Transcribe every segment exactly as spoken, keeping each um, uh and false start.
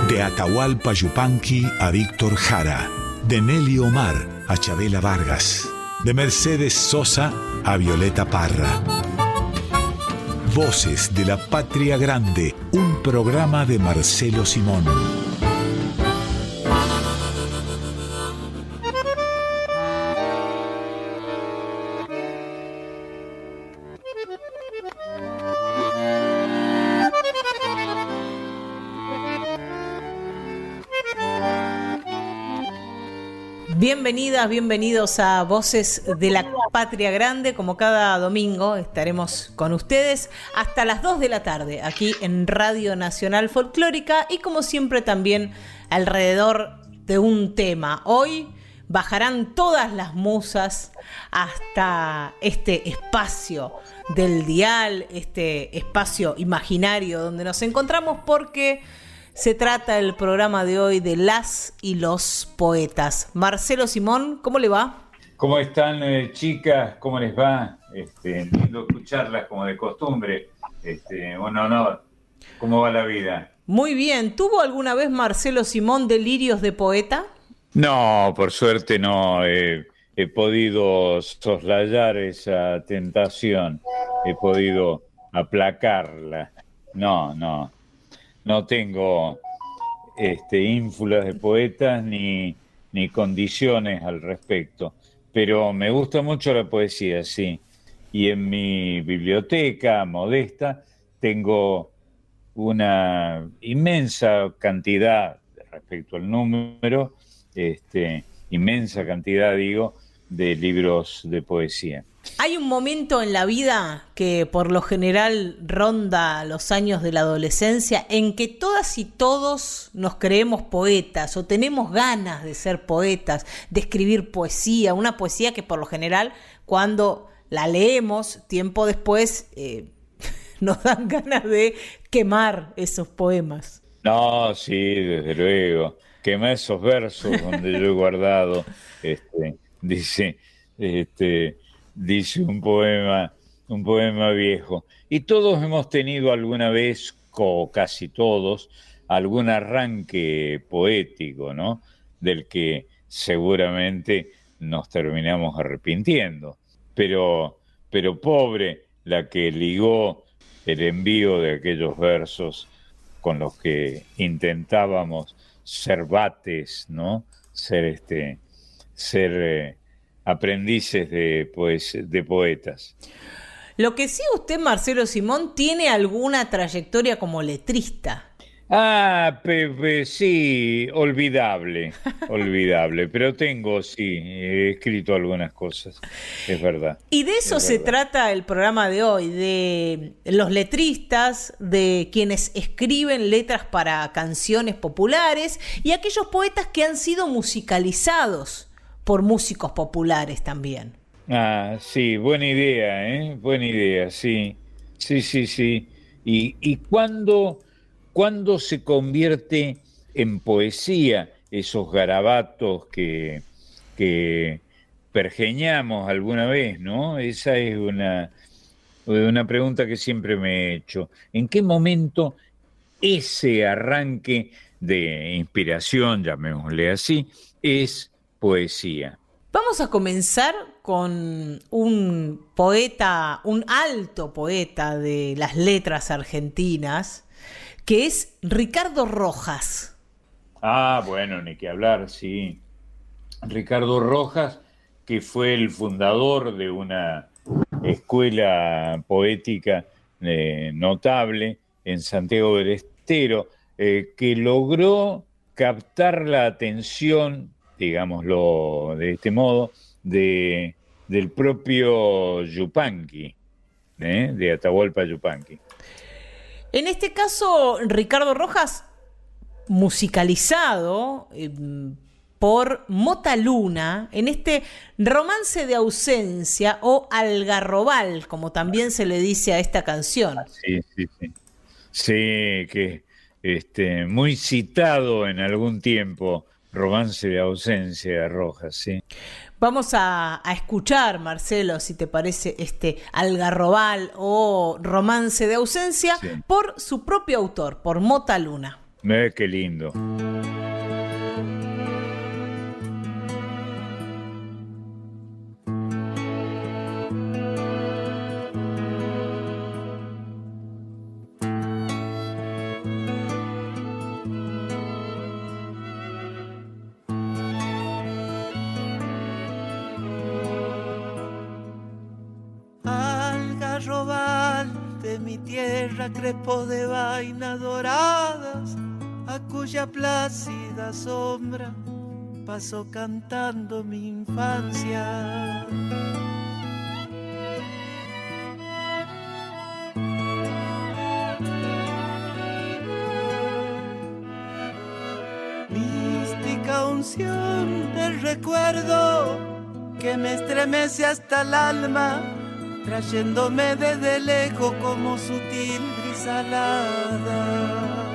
De Atahualpa Yupanqui a Víctor Jara, de Nelly Omar a Chabela Vargas, de Mercedes Sosa a Violeta Parra. Voces de la Patria Grande, un programa de Marcelo Simón. Bienvenidas, bienvenidos a Voces de la Patria Grande. Como cada domingo estaremos con ustedes hasta las dos de la tarde aquí en Radio Nacional Folclórica y como siempre también alrededor de un tema. Hoy bajarán todas las musas hasta este espacio del dial, este espacio imaginario donde nos encontramos porque se trata el programa de hoy de las y los poetas. Marcelo Simón, ¿cómo le va? ¿Cómo están, eh, chicas? ¿Cómo les va? Este, lindo escucharlas como de costumbre. Este, un honor. ¿Cómo va la vida? Muy bien. ¿Tuvo alguna vez Marcelo Simón delirios de poeta? No, por suerte no. Eh, he podido soslayar esa tentación. He podido aplacarla. No, no. No tengo este, ínfulas de poetas ni, ni condiciones al respecto, pero me gusta mucho la poesía, sí. Y en mi biblioteca modesta tengo una inmensa cantidad, respecto al número, este, inmensa cantidad, digo, de libros de poesía. Hay un momento en la vida que por lo general ronda los años de la adolescencia en que todas y todos nos creemos poetas o tenemos ganas de ser poetas, de escribir poesía, una poesía que por lo general cuando la leemos tiempo después eh, nos dan ganas de quemar esos poemas. No, sí, desde luego. Quemar esos versos donde yo he guardado, este, dice, este... dice un poema, un poema viejo. Y todos hemos tenido alguna vez, o casi todos, algún arranque poético, ¿no? Del que seguramente nos terminamos arrepintiendo. Pero, pero pobre la que ligó el envío de aquellos versos con los que intentábamos ser vates, ¿no? Ser este, ser eh, aprendices de, pues, de poetas. Lo que sí usted, Marcelo Simón, tiene alguna trayectoria como letrista. Ah, Pepe, sí, olvidable, olvidable, pero tengo, sí, he escrito algunas cosas, es verdad. Y de eso se trata el programa de hoy, de los letristas, de quienes escriben letras para canciones populares y aquellos poetas que han sido musicalizados por músicos populares también. Ah, sí, buena idea, ¿eh? Buena idea, sí, sí, sí, sí. ¿Y, y cuándo, cuándo se convierte en poesía esos garabatos que, que pergeñamos alguna vez, ¿no? Esa es una, una pregunta que siempre me he hecho. ¿En qué momento ese arranque de inspiración, llamémosle así, es poesía? Vamos a comenzar con un poeta, un alto poeta de las letras argentinas, que es Ricardo Rojas. Ah, bueno, ni que hablar, sí. Ricardo Rojas, que fue el fundador de una escuela poética eh, notable en Santiago del Estero, eh, que logró captar la atención, digámoslo de este modo, de, del propio Yupanqui, ¿eh? de Atahualpa Yupanqui. En este caso, Ricardo Rojas, musicalizado eh, por Mota Luna, en este romance de ausencia o algarrobal, como también se le dice a esta canción. Sí, sí, sí. Sí, que este, muy citado en algún tiempo, romance de ausencia de Rojas, sí. Vamos a, a escuchar, Marcelo, si te parece, este algarrobal o romance de ausencia, sí, por su propio autor, por Mota Luna. Ve qué lindo. Crepo de vainas doradas, a cuya plácida sombra pasó cantando mi infancia. Mística unción del recuerdo que me estremece hasta el alma, trayéndome desde lejos como sutil brisa alada.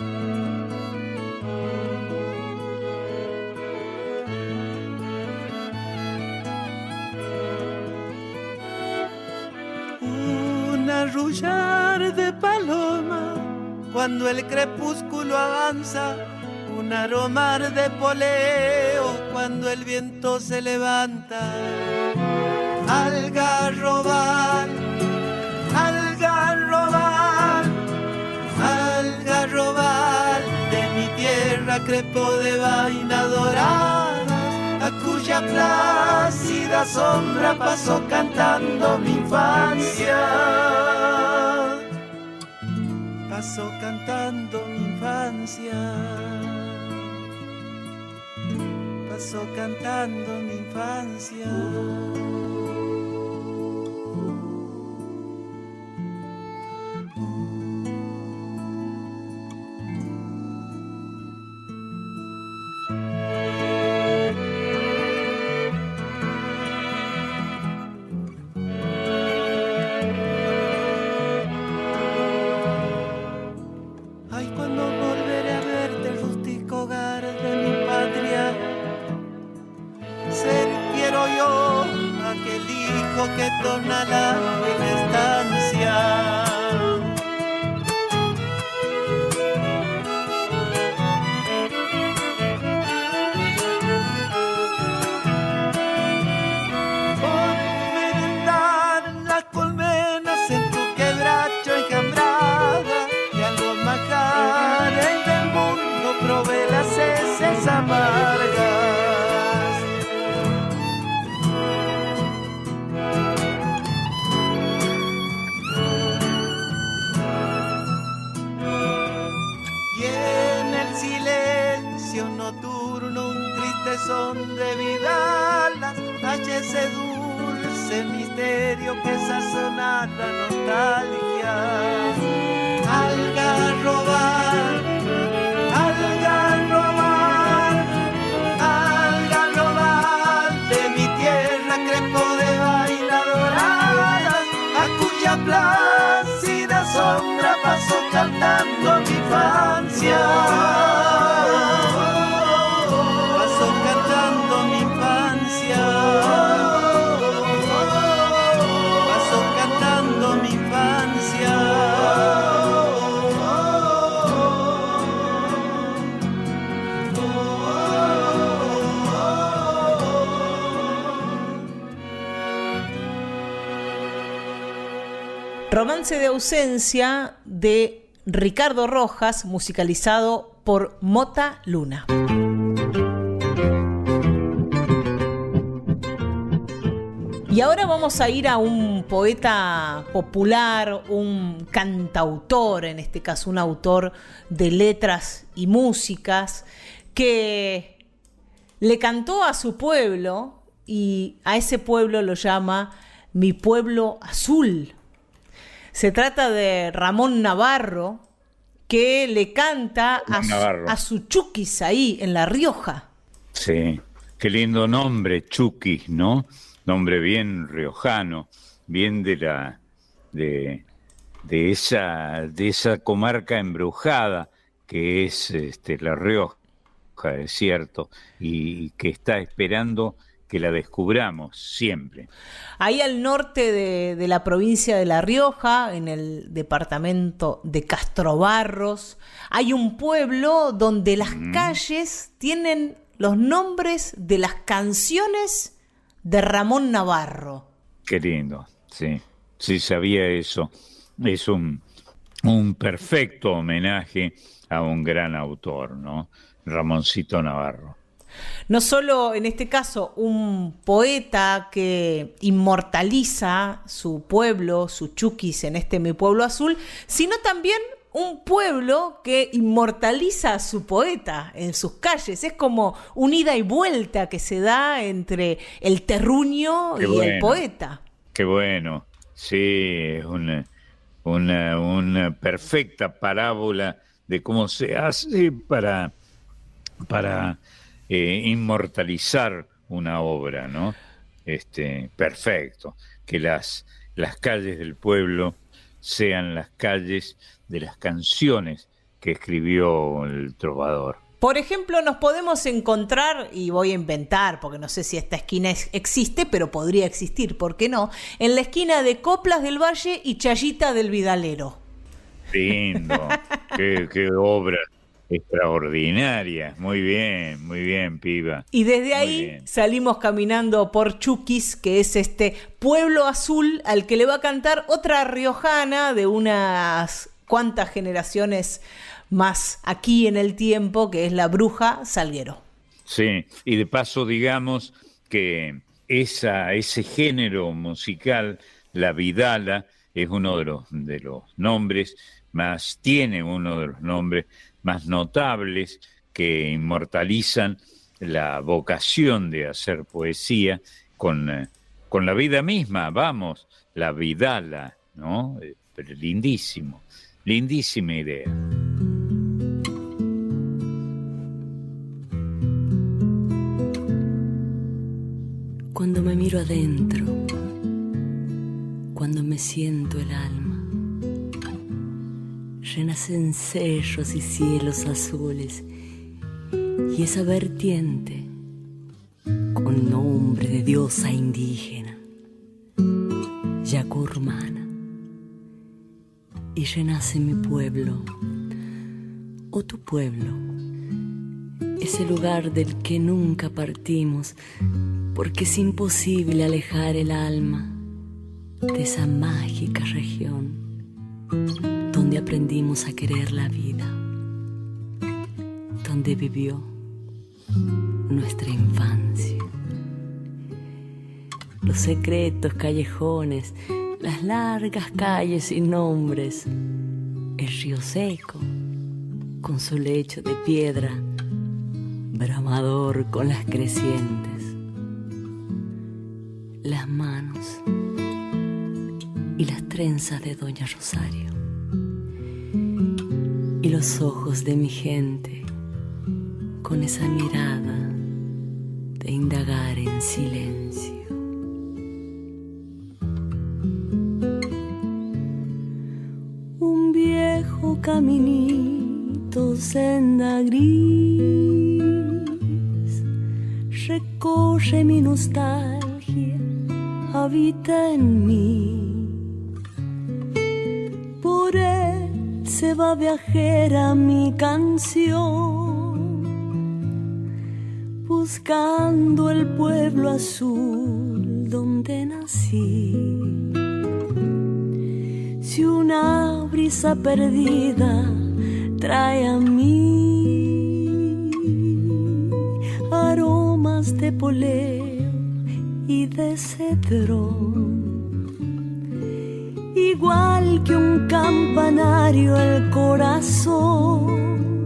Un arrullar de paloma cuando el crepúsculo avanza, un aromar de poleo cuando el viento se levanta. Algarrobal, algarrobal, algarrobal, de mi tierra crepó de vaina dorada, a cuya plácida sombra pasó cantando mi infancia. Pasó cantando mi infancia. Pasó cantando mi infancia. Que torna la estancia. Por merendar las colmenas en tu quebracho enjambrada, y a los majares del mundo probé las heces amargas. Son de vidalas, halla ese dulce misterio que sazona la nostalgia. Algarrobal, algarrobal, algarrobal, de mi tierra crepó de vaina dorada, a cuya plácida sombra pasó cantando mi infancia. Romance de ausencia de Ricardo Rojas, musicalizado por Mota Luna. Y ahora vamos a ir a un poeta popular, un cantautor, en este caso un autor de letras y músicas, que le cantó a su pueblo y a ese pueblo lo llama Mi Pueblo Azul. Se trata de Ramón Navarro, que le canta a su, a su Chuquis ahí en La Rioja. Sí, qué lindo nombre, Chuquis, ¿no? Nombre bien riojano, bien de la de, de esa de esa comarca embrujada que es este, La Rioja, es cierto, y que está esperando que la descubramos siempre. Ahí al norte de, de la provincia de La Rioja, en el departamento de Castrobarros, hay un pueblo donde las mm. calles tienen los nombres de las canciones de Ramón Navarro. Qué lindo, sí, sí sabía eso. Es un, un perfecto homenaje a un gran autor, ¿no? Ramoncito Navarro. No solo en este caso un poeta que inmortaliza su pueblo, su Chuquis en este Mi Pueblo Azul, sino también un pueblo que inmortaliza a su poeta en sus calles. Es como un ida y vuelta que se da entre el terruño Qué y bueno. el poeta. Qué bueno, sí, es una, una, una perfecta parábola de cómo se hace para, para eh, inmortalizar una obra, ¿no? Este, perfecto, que las, las calles del pueblo sean las calles de las canciones que escribió el trovador. Por ejemplo, nos podemos encontrar, y voy a inventar, porque no sé si esta esquina es, existe, pero podría existir, ¿por qué no? En la esquina de Coplas del Valle y Chayita del Vidalero. Lindo, qué, qué obra extraordinaria. Muy bien, muy bien, piba. Y desde ahí salimos caminando por Chuquis, que es este pueblo azul al que le va a cantar otra riojana de unas cuantas generaciones más aquí en el tiempo, que es la Bruja Salguero. Sí, y de paso digamos que esa, ese género musical, la vidala, es uno de los, de los nombres más, tiene uno de los nombres más notables que inmortalizan la vocación de hacer poesía con, eh, con la vida misma, vamos, la vidala, ¿no? Eh, pero lindísimo, lindísima idea. Cuando me miro adentro, cuando me siento el alma, renacen cerros y cielos azules, y esa vertiente con nombre de diosa indígena, yacurmana, y renace mi pueblo, o tu pueblo, ese lugar del que nunca partimos, porque es imposible alejar el alma de esa mágica región donde aprendimos a querer la vida, donde vivió nuestra infancia. Los secretos callejones, las largas calles sin nombres, el río seco con su lecho de piedra, bramador con las crecientes, las manos y las trenzas de Doña Rosario, y los ojos de mi gente con esa mirada de indagar en silencio. Un viejo caminito, senda gris, recorre mi nostalgia, habita en mí. Por él se va viajera mi canción, buscando el pueblo azul donde nací. Si una brisa perdida trae a mí aromas de poleo y de cedrón, igual que un campanario el corazón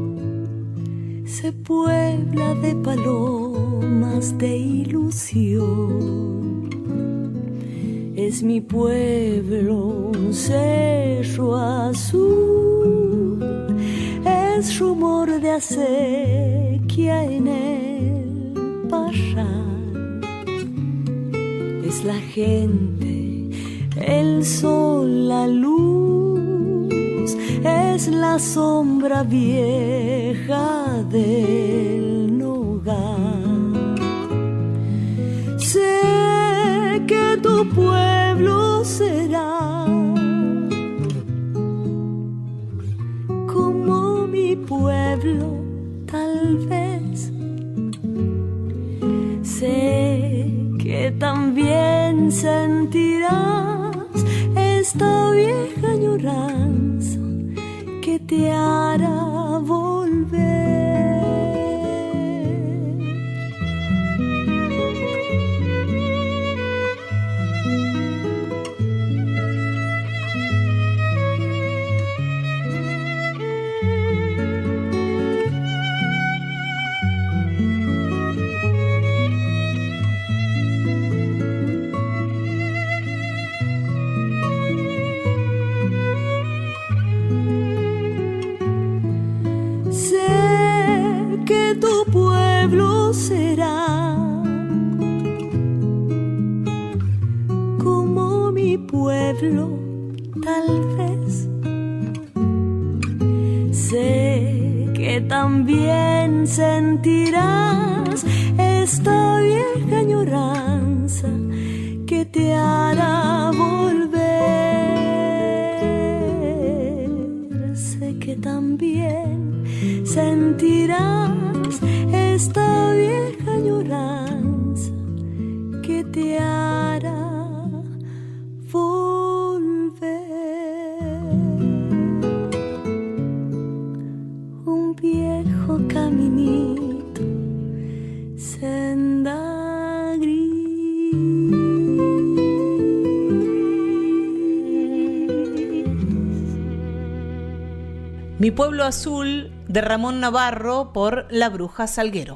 se puebla de palomas de ilusión. Es mi pueblo un cerro azul, es rumor de acequia en el parral, es la gente, el sol, la luz, es la sombra vieja del nogal. tu pueblo será como mi pueblo, tal vez. Sé que también sentirás esta vieja añoranza que te hará volver. Será como mi pueblo, tal vez. Sé que también sentirás esta vieja añoranza que te hará volver. Sé que también sentirás esta vieja añoranza que te hará volver. Un viejo caminito, senda gris. Mi pueblo azul, de Ramón Navarro, por La Bruja Salguero.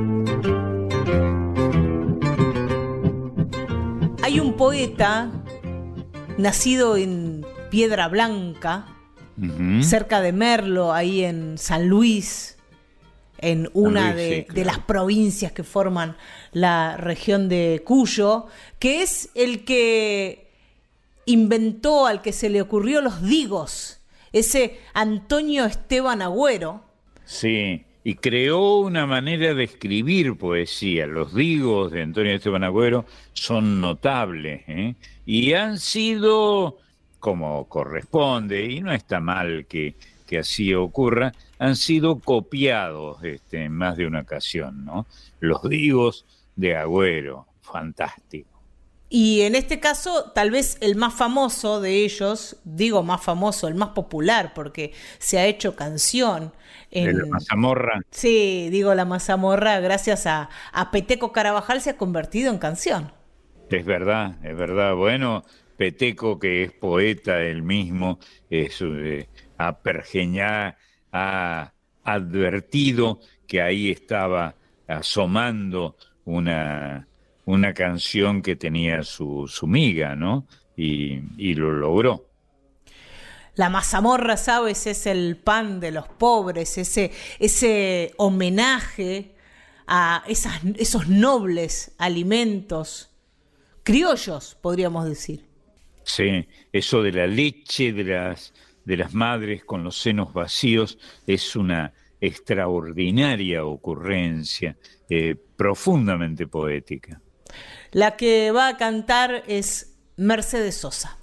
Hay un poeta nacido en Piedra Blanca, uh-huh. cerca de Merlo, ahí en San Luis, en una Luis, de, sí, claro. de las provincias que forman la región de Cuyo, que es el que inventó, al que se le ocurrió los digos, ese Antonio Esteban Agüero. Sí, y creó una manera de escribir poesía. Los digos de Antonio Esteban Agüero son notables, ¿eh? Y han sido, como corresponde, y no está mal que, que así ocurra, han sido copiados este, en más de una ocasión, ¿no? Los digos de Agüero, fantástico. Y en este caso, tal vez el más famoso de ellos, digo más famoso, el más popular, porque se ha hecho canción. En... ¿De la mazamorra? Sí, digo la mazamorra, gracias a, a Peteco Carabajal se ha convertido en canción. Es verdad, es verdad. Bueno, Peteco, que es poeta él mismo, es, eh, ha pergeñado, ha advertido que ahí estaba asomando una... una canción que tenía su, su miga, ¿no? Y, y lo logró. La mazamorra, ¿sabes? Es el pan de los pobres, ese, ese homenaje a esas, esos nobles alimentos criollos, podríamos decir. Sí, eso de la leche de las, de las madres con los senos vacíos es una extraordinaria ocurrencia, eh, profundamente poética. La que va a cantar es Mercedes Sosa.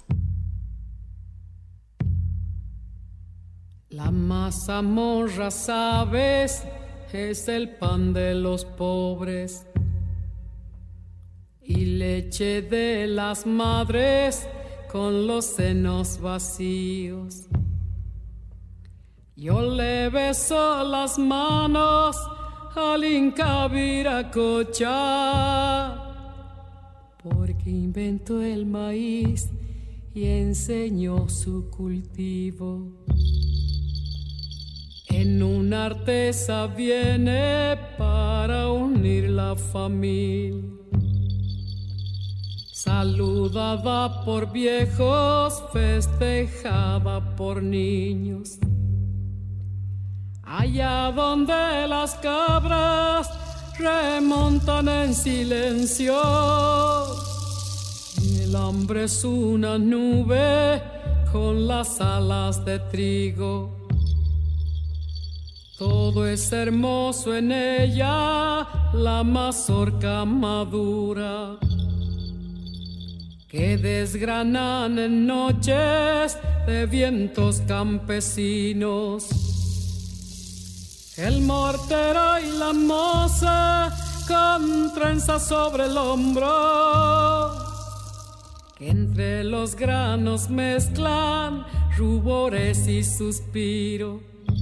La mazamorra, sabes, es el pan de los pobres y leche de las madres con los senos vacíos. Yo le beso las manos al Inca Viracocha, porque inventó el maíz y enseñó su cultivo. En una artesa viene para unir la familia, saludada por viejos, festejada por niños. Allá donde las cabras remontan en silencio y el hambre es una nube con las alas de trigo. Todo es hermoso en ella, la mazorca madura que desgranan en noches de vientos campesinos. El mortero y la moza con trenzas sobre el hombro, que entre los granos mezclan rubores y suspiro.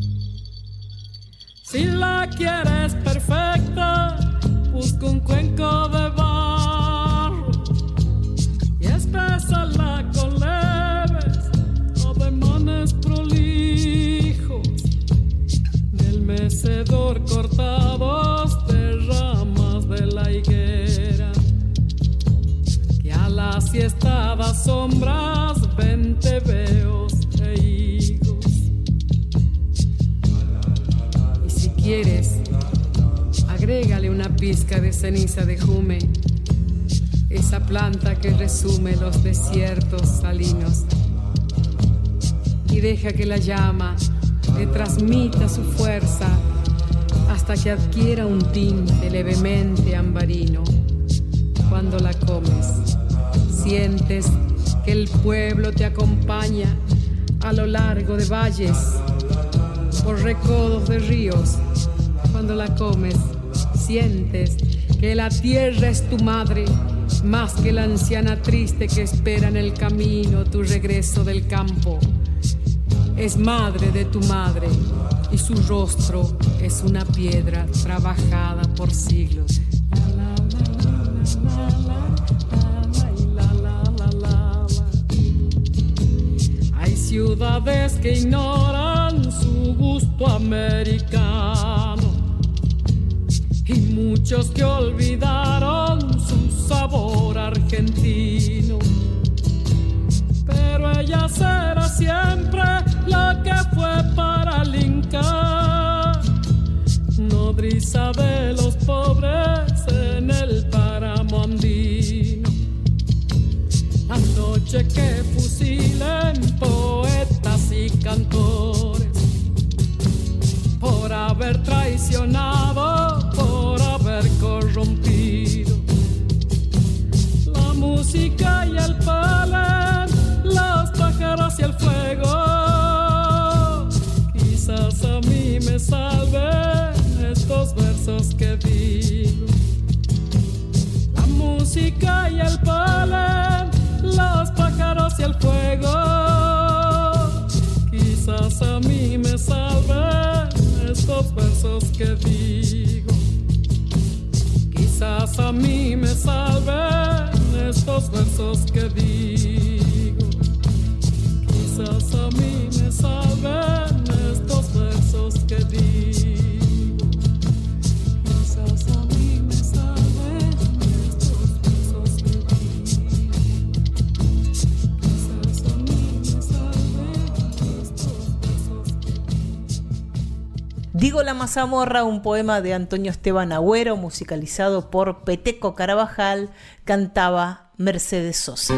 Si la quieres perfecta, busca un cuenco de barro y espésala con leves ademanes prolijos del mecedor cortados de ramas de la higuera, que a las siestadas sombras ven tebeos e higos. Y si quieres, agrégale una pizca de ceniza de jume, esa planta que resume los desiertos salinos, y deja que la llama le transmita su fuerza hasta que adquiera un tinte levemente ambarino. Cuando la comes, sientes que el pueblo te acompaña a lo largo de valles, por recodos de ríos. Cuando la comes, sientes que la tierra es tu madre, más que la anciana triste que espera en el camino tu regreso del campo. Es madre de tu madre y su rostro es una piedra trabajada por siglos. Hay ciudades que ignoran su gusto americano y muchos que olvidaron su sabor argentino, pero ella será siempre lo que fue para el Inca, nodriza de los pobres en el páramo andino. La noche que fusilen poetas y cantores por haber traicionado, por haber corrompido la música y el polen, los pájaros y el fuego. Quizás a mí me salven estos versos que digo. La música y el polen, los pájaros y el fuego. Quizás a mí me salven estos versos que digo. Quizás a mí me salven estos versos que digo. Quizás a mí me salven estos versos que digo. Quizás a mí me salven estos versos que digo. Quizás a mí me salven estos versos que digo. Digo la mazamorra, un poema de Antonio Esteban Agüero, musicalizado por Peteco Carabajal, cantaba Mercedes Sosa.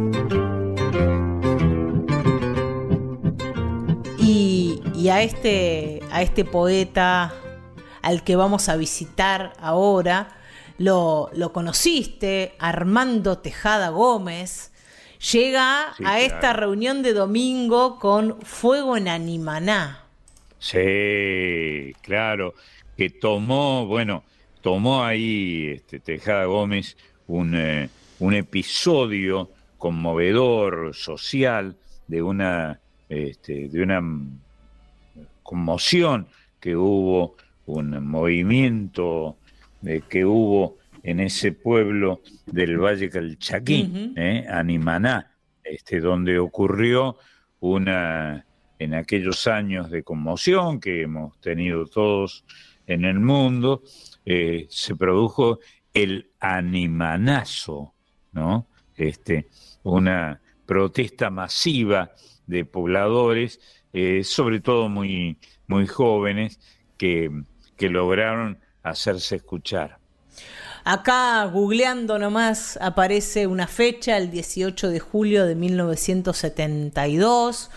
Y, y a, este, a este poeta al que vamos a visitar ahora, lo, lo conociste, Armando Tejada Gómez. Llega sí, a claro. esta reunión de domingo con Fuego en Animaná. Sí, claro, que tomó, bueno, tomó ahí este, Tejada Gómez un, eh, un episodio conmovedor, social, de una, este, de una conmoción que hubo, un movimiento eh, que hubo en ese pueblo del Valle Calchaquí, uh-huh. eh, Animaná, este, donde ocurrió una... en aquellos años de conmoción que hemos tenido todos en el mundo, eh, se produjo el animanazo, ¿no? Este, una protesta masiva de pobladores, eh, sobre todo muy, muy jóvenes, que, que lograron hacerse escuchar. Acá, googleando nomás, aparece una fecha, el dieciocho de julio de mil novecientos setenta y dos,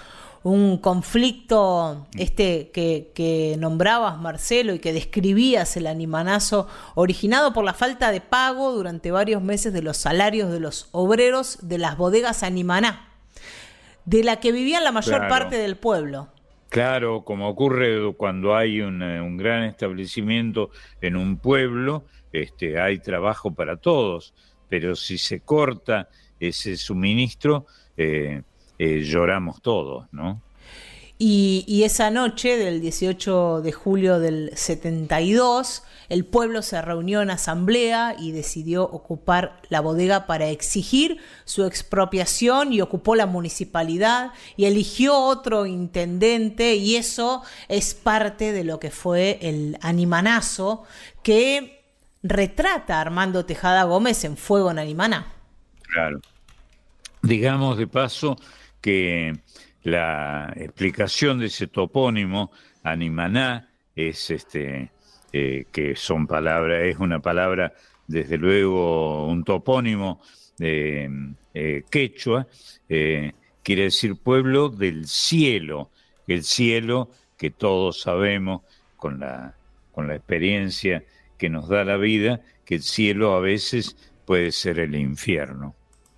un conflicto este que, que nombrabas, Marcelo, y que describías, el animanazo, originado por la falta de pago durante varios meses de los salarios de los obreros de las bodegas Animaná, de la que vivían la mayor Claro. parte del pueblo. Claro, como ocurre cuando hay un, un gran establecimiento en un pueblo, este, hay trabajo para todos, pero si se corta ese suministro, eh, eh, lloramos todos, ¿no? Y, y esa noche del dieciocho de julio del setenta y dos, el pueblo se reunió en asamblea y decidió ocupar la bodega para exigir su expropiación, y ocupó la municipalidad y eligió otro intendente, y eso es parte de lo que fue el animanazo que retrata a Armando Tejada Gómez en Fuego en Animaná. Claro. Digamos de paso que la explicación de ese topónimo, Animaná, es este eh, que son palabras, es una palabra, desde luego, un topónimo eh, eh, quechua, eh, quiere decir pueblo del cielo, el cielo que todos sabemos con la, con la experiencia que nos da la vida, que el cielo a veces puede ser el infierno.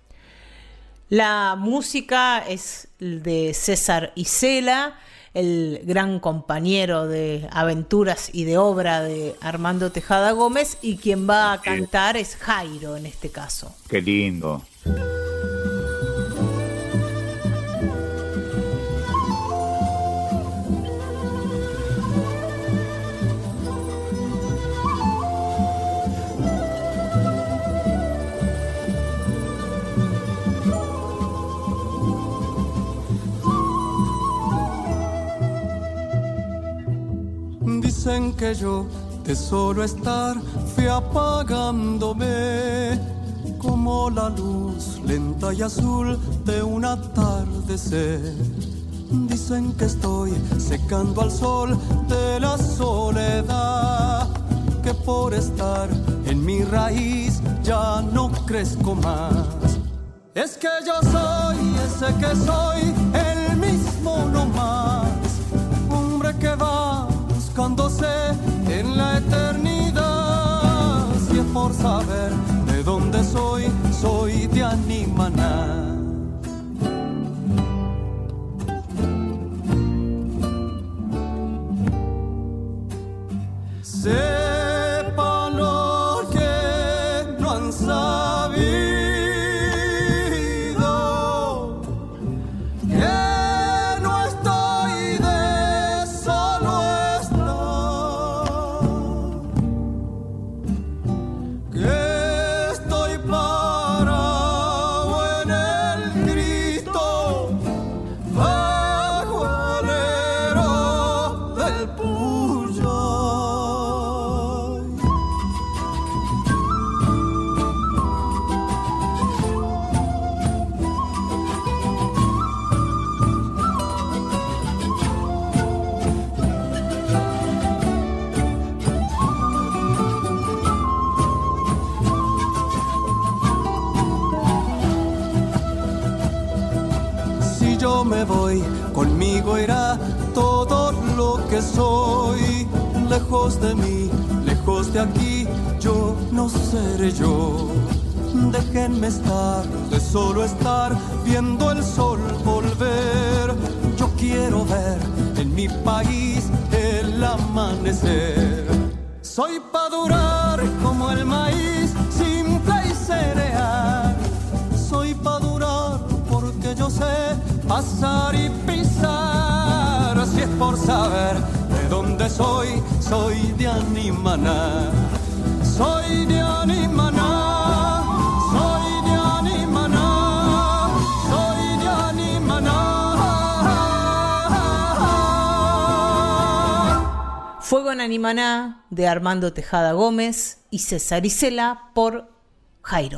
La música es de César Isela, el gran compañero de aventuras y de obra de Armando Tejada Gómez, y quien va a cantar es Jairo en este caso. Qué lindo. Dicen que yo de solo estar fui apagándome como la luz lenta y azul de un atardecer. Dicen que estoy secando al sol de la soledad, que por estar en mi raíz ya no crezco más. Es que yo soy ese que soy, el mismo no más, hombre que va buscándose en la eternidad. Si es por saber de dónde soy, soy de Animaná. Sepan los que no han sabido que no estoy de solo estar, que estoy parado en el Cristo bajo el alero del Puyo. Si yo me voy, conmigo irá todo lo que soy. Lejos de mí, lejos de aquí, yo no seré yo. Déjenme estar, de solo estar, viendo el sol volver. Yo quiero ver en mi país el amanecer. Soy pa' durar como el maíz, simple y cereal. Soy pa' durar porque yo sé pasar y pisar. Si es por saber de dónde soy, soy de Animaná. Soy de Animaná, soy de Animaná, soy de Animaná. Fuego en Animaná, de Armando Tejada Gómez y César Isela, por Jairo.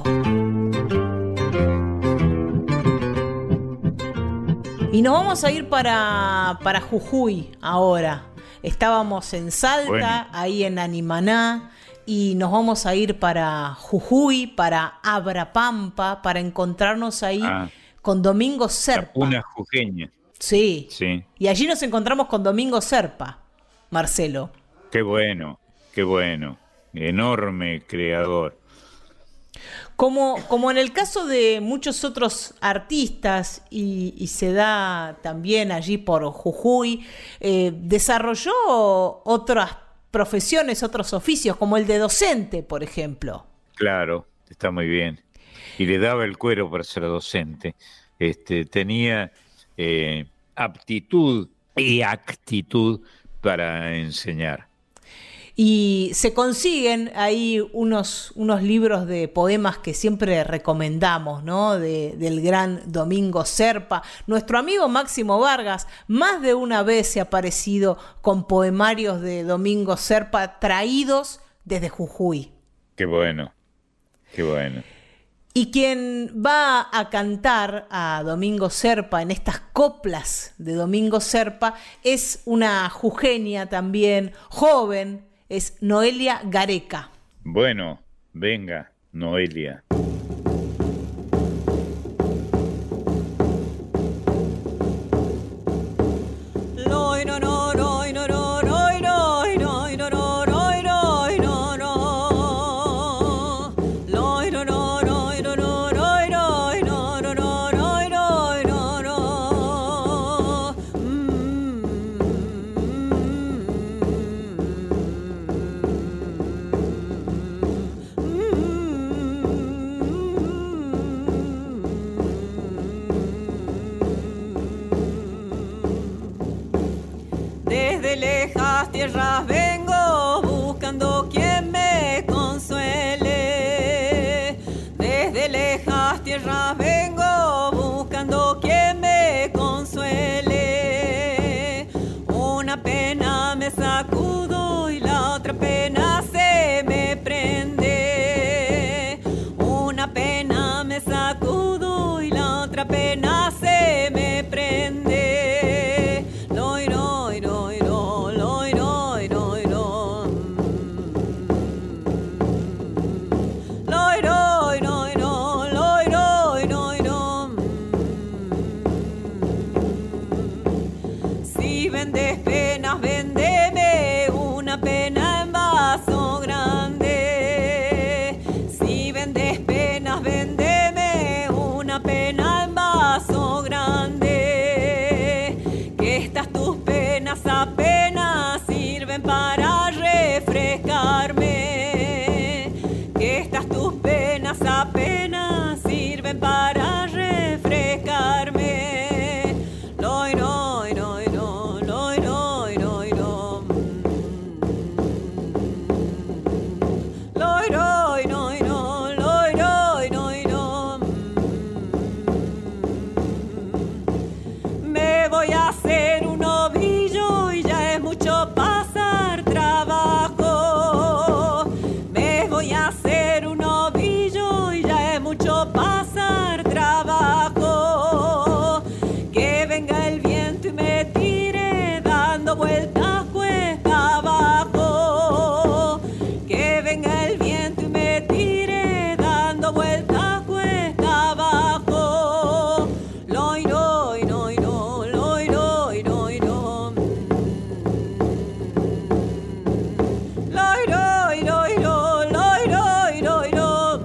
Y nos vamos a ir para, para Jujuy ahora. Estábamos en Salta, Bueno. ahí en Animaná, y nos vamos a ir para Jujuy, para Abrapampa, para encontrarnos ahí Ah. con Domingo La Serpa. puna jujeña. Sí. Sí. Y allí nos encontramos con Domingo Serpa, Marcelo. Qué bueno, qué bueno. Enorme creador. Como, como en el caso de muchos otros artistas, y, y se da también allí por Jujuy, eh, desarrolló otras profesiones, otros oficios, como el de docente, por ejemplo. Claro, está muy bien. Y le daba el cuero para ser docente. Este, tenía eh, aptitud y actitud para enseñar. Y se consiguen ahí unos, unos libros de poemas que siempre recomendamos, ¿no? De, del gran Domingo Serpa. Nuestro amigo Máximo Vargas más de una vez se ha aparecido con poemarios de Domingo Serpa traídos desde Jujuy. Qué bueno, qué bueno. Y quien va a cantar a Domingo Serpa en estas coplas de Domingo Serpa es una jujeña también, joven, es Noelia Gareca. Bueno, venga, Noelia. Tierras vengo buscando quien me consuele. Desde lejas tierras vengo buscando quien me consuele. Una pena me sacudo y la otra pena se me prende. Una pena me sacudo y la otra pena se me prende. Apenas sirven para refrescarme, que estas tus penas apenas sirven para refrescarme. Loi, loi, loi, loi, loi, loi, loi, loi, loi, loi, loi, loi, loi, loi. Me voy a hacer un ovillo y ya es mucho pasar trabajo. Me voy a hacer un ovillo y ya es mucho pasar trabajo. Que venga el viento y me tire dando vueltas cuesta abajo. Que venga el viento y me tire dando vueltas cuesta abajo. Loi, loi, loi, loi, loi, loi, loi, loi. Loi, loi, loi, loi, loi, loi, loi, loi.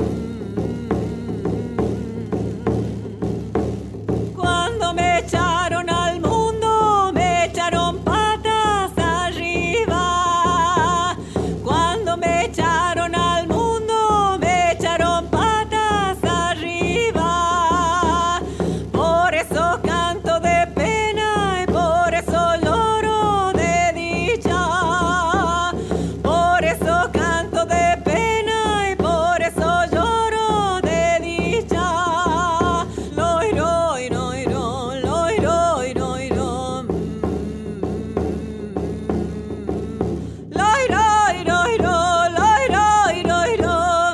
Cuando me echaron al mundo, me echaron patas arriba. Cuando me echaron al mundo, me echaron patas arriba. Por eso canto de pena y por eso lloro de dicha. Por eso canto de pena y por eso lloro de dicha. Loi, loi, loi, loi, loi, loi, loi, loi. Loi, loi, loi, loi, loi, loi, loi, loi.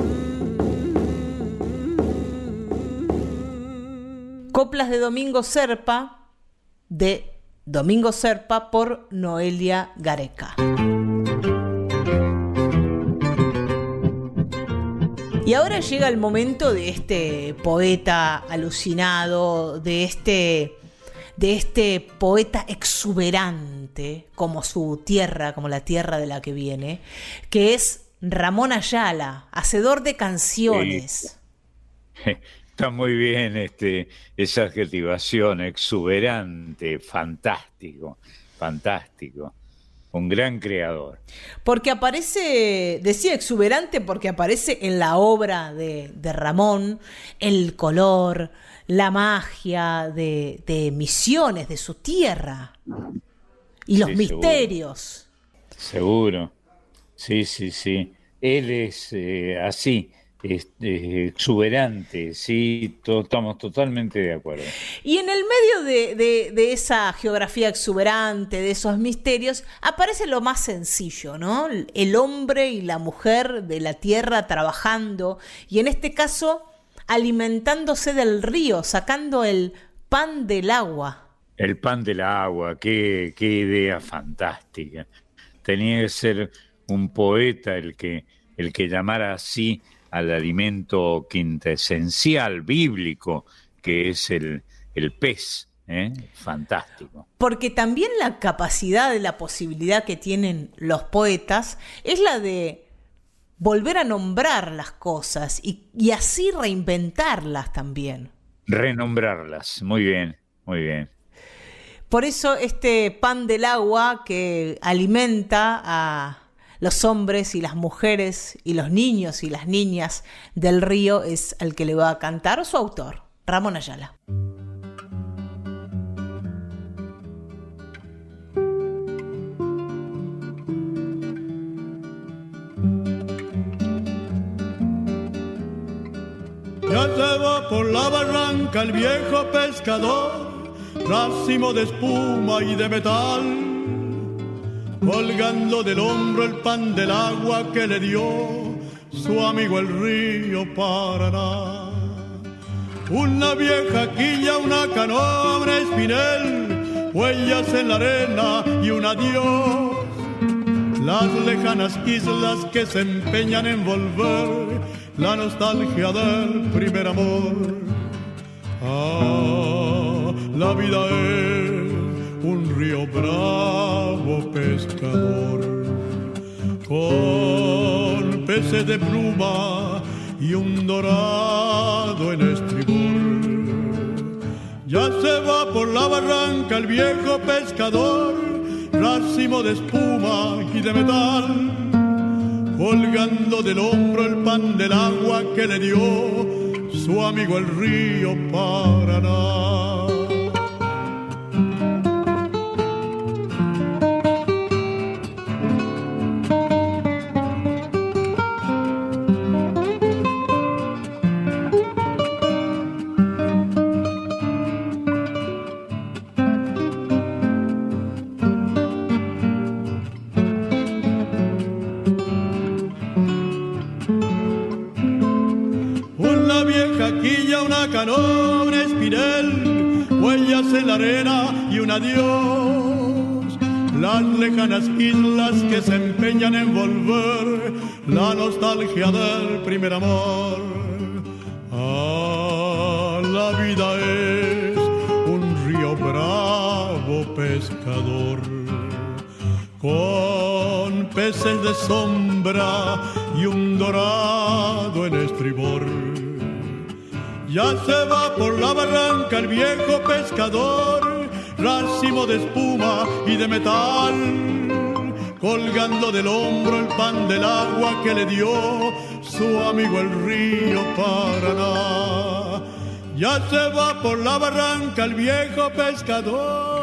Coplas de Domingo Serpa, de Domingo Serpa por Noelia Gareca. Y ahora llega el momento de este poeta alucinado, de este de este poeta exuberante, como su tierra, como la tierra de la que viene, que es Ramón Ayala, hacedor de canciones. Sí. Está muy bien este, esa adjetivación, exuberante, fantástico, fantástico. Un gran creador. Porque aparece, decía exuberante porque aparece en la obra de, de Ramón el color, la magia de, de Misiones, de su tierra, y los sí, misterios. Seguro. seguro, sí, sí, sí. Él es eh, así, es, es exuberante, sí, to, estamos totalmente de acuerdo. Y en el medio de, de, de esa geografía exuberante, de esos misterios, aparece lo más sencillo, ¿no? El hombre y la mujer de la tierra trabajando, y en este caso alimentándose del río, sacando el pan del agua. El pan del agua, qué, qué idea fantástica. Tenía que ser un poeta el que, el que llamara así al alimento quintesencial, bíblico, que es el, el pez, ¿eh? Fantástico. Porque también la capacidad, la posibilidad que tienen los poetas es la de volver a nombrar las cosas y, y así reinventarlas también. Renombrarlas, muy bien, muy bien. Por eso este pan del agua que alimenta a los hombres y las mujeres y los niños y las niñas del río es el que le va a cantar su autor, Ramón Ayala. Ya se va por la barranca el viejo pescador, racimo de espuma y de metal, colgando del hombro el pan del agua que le dio su amigo el río Paraná. Una vieja quilla, una canoa, un espinel, huellas en la arena y un adiós. Las lejanas islas que se empeñan en volver la nostalgia del primer amor. Ah, la vida es un río bravo pescador, con peces de pluma y un dorado en estribor. Ya se va por la barranca el viejo pescador, racimo de espuma y de metal, colgando del hombro el pan del agua que le dio su amigo el río Paraná. Canoa, un espinel, huellas en la arena y un adiós. Las lejanas islas que se empeñan en volver la nostalgia del primer amor. Ah, la vida es un río bravo pescador, con peces de sombra y un dorado en estribor. Ya se va por la barranca el viejo pescador, racimo de espuma y de metal, colgando del hombro el pan del agua que le dio su amigo el río Paraná. Ya se va por la barranca el viejo pescador.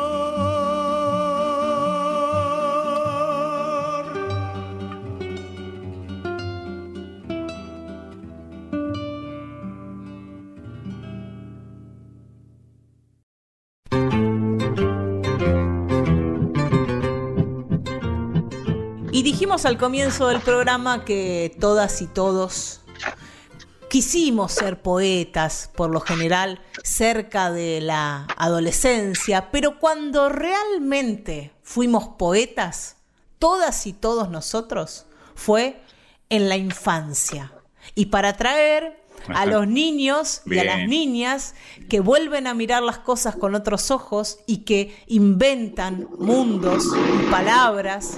Y dijimos al comienzo del programa que todas y todos quisimos ser poetas, por lo general, cerca de la adolescencia, pero cuando realmente fuimos poetas, todas y todos nosotros, fue en la infancia. Y para traer a los niños Bien. y a las niñas que vuelven a mirar las cosas con otros ojos y que inventan mundos y palabras.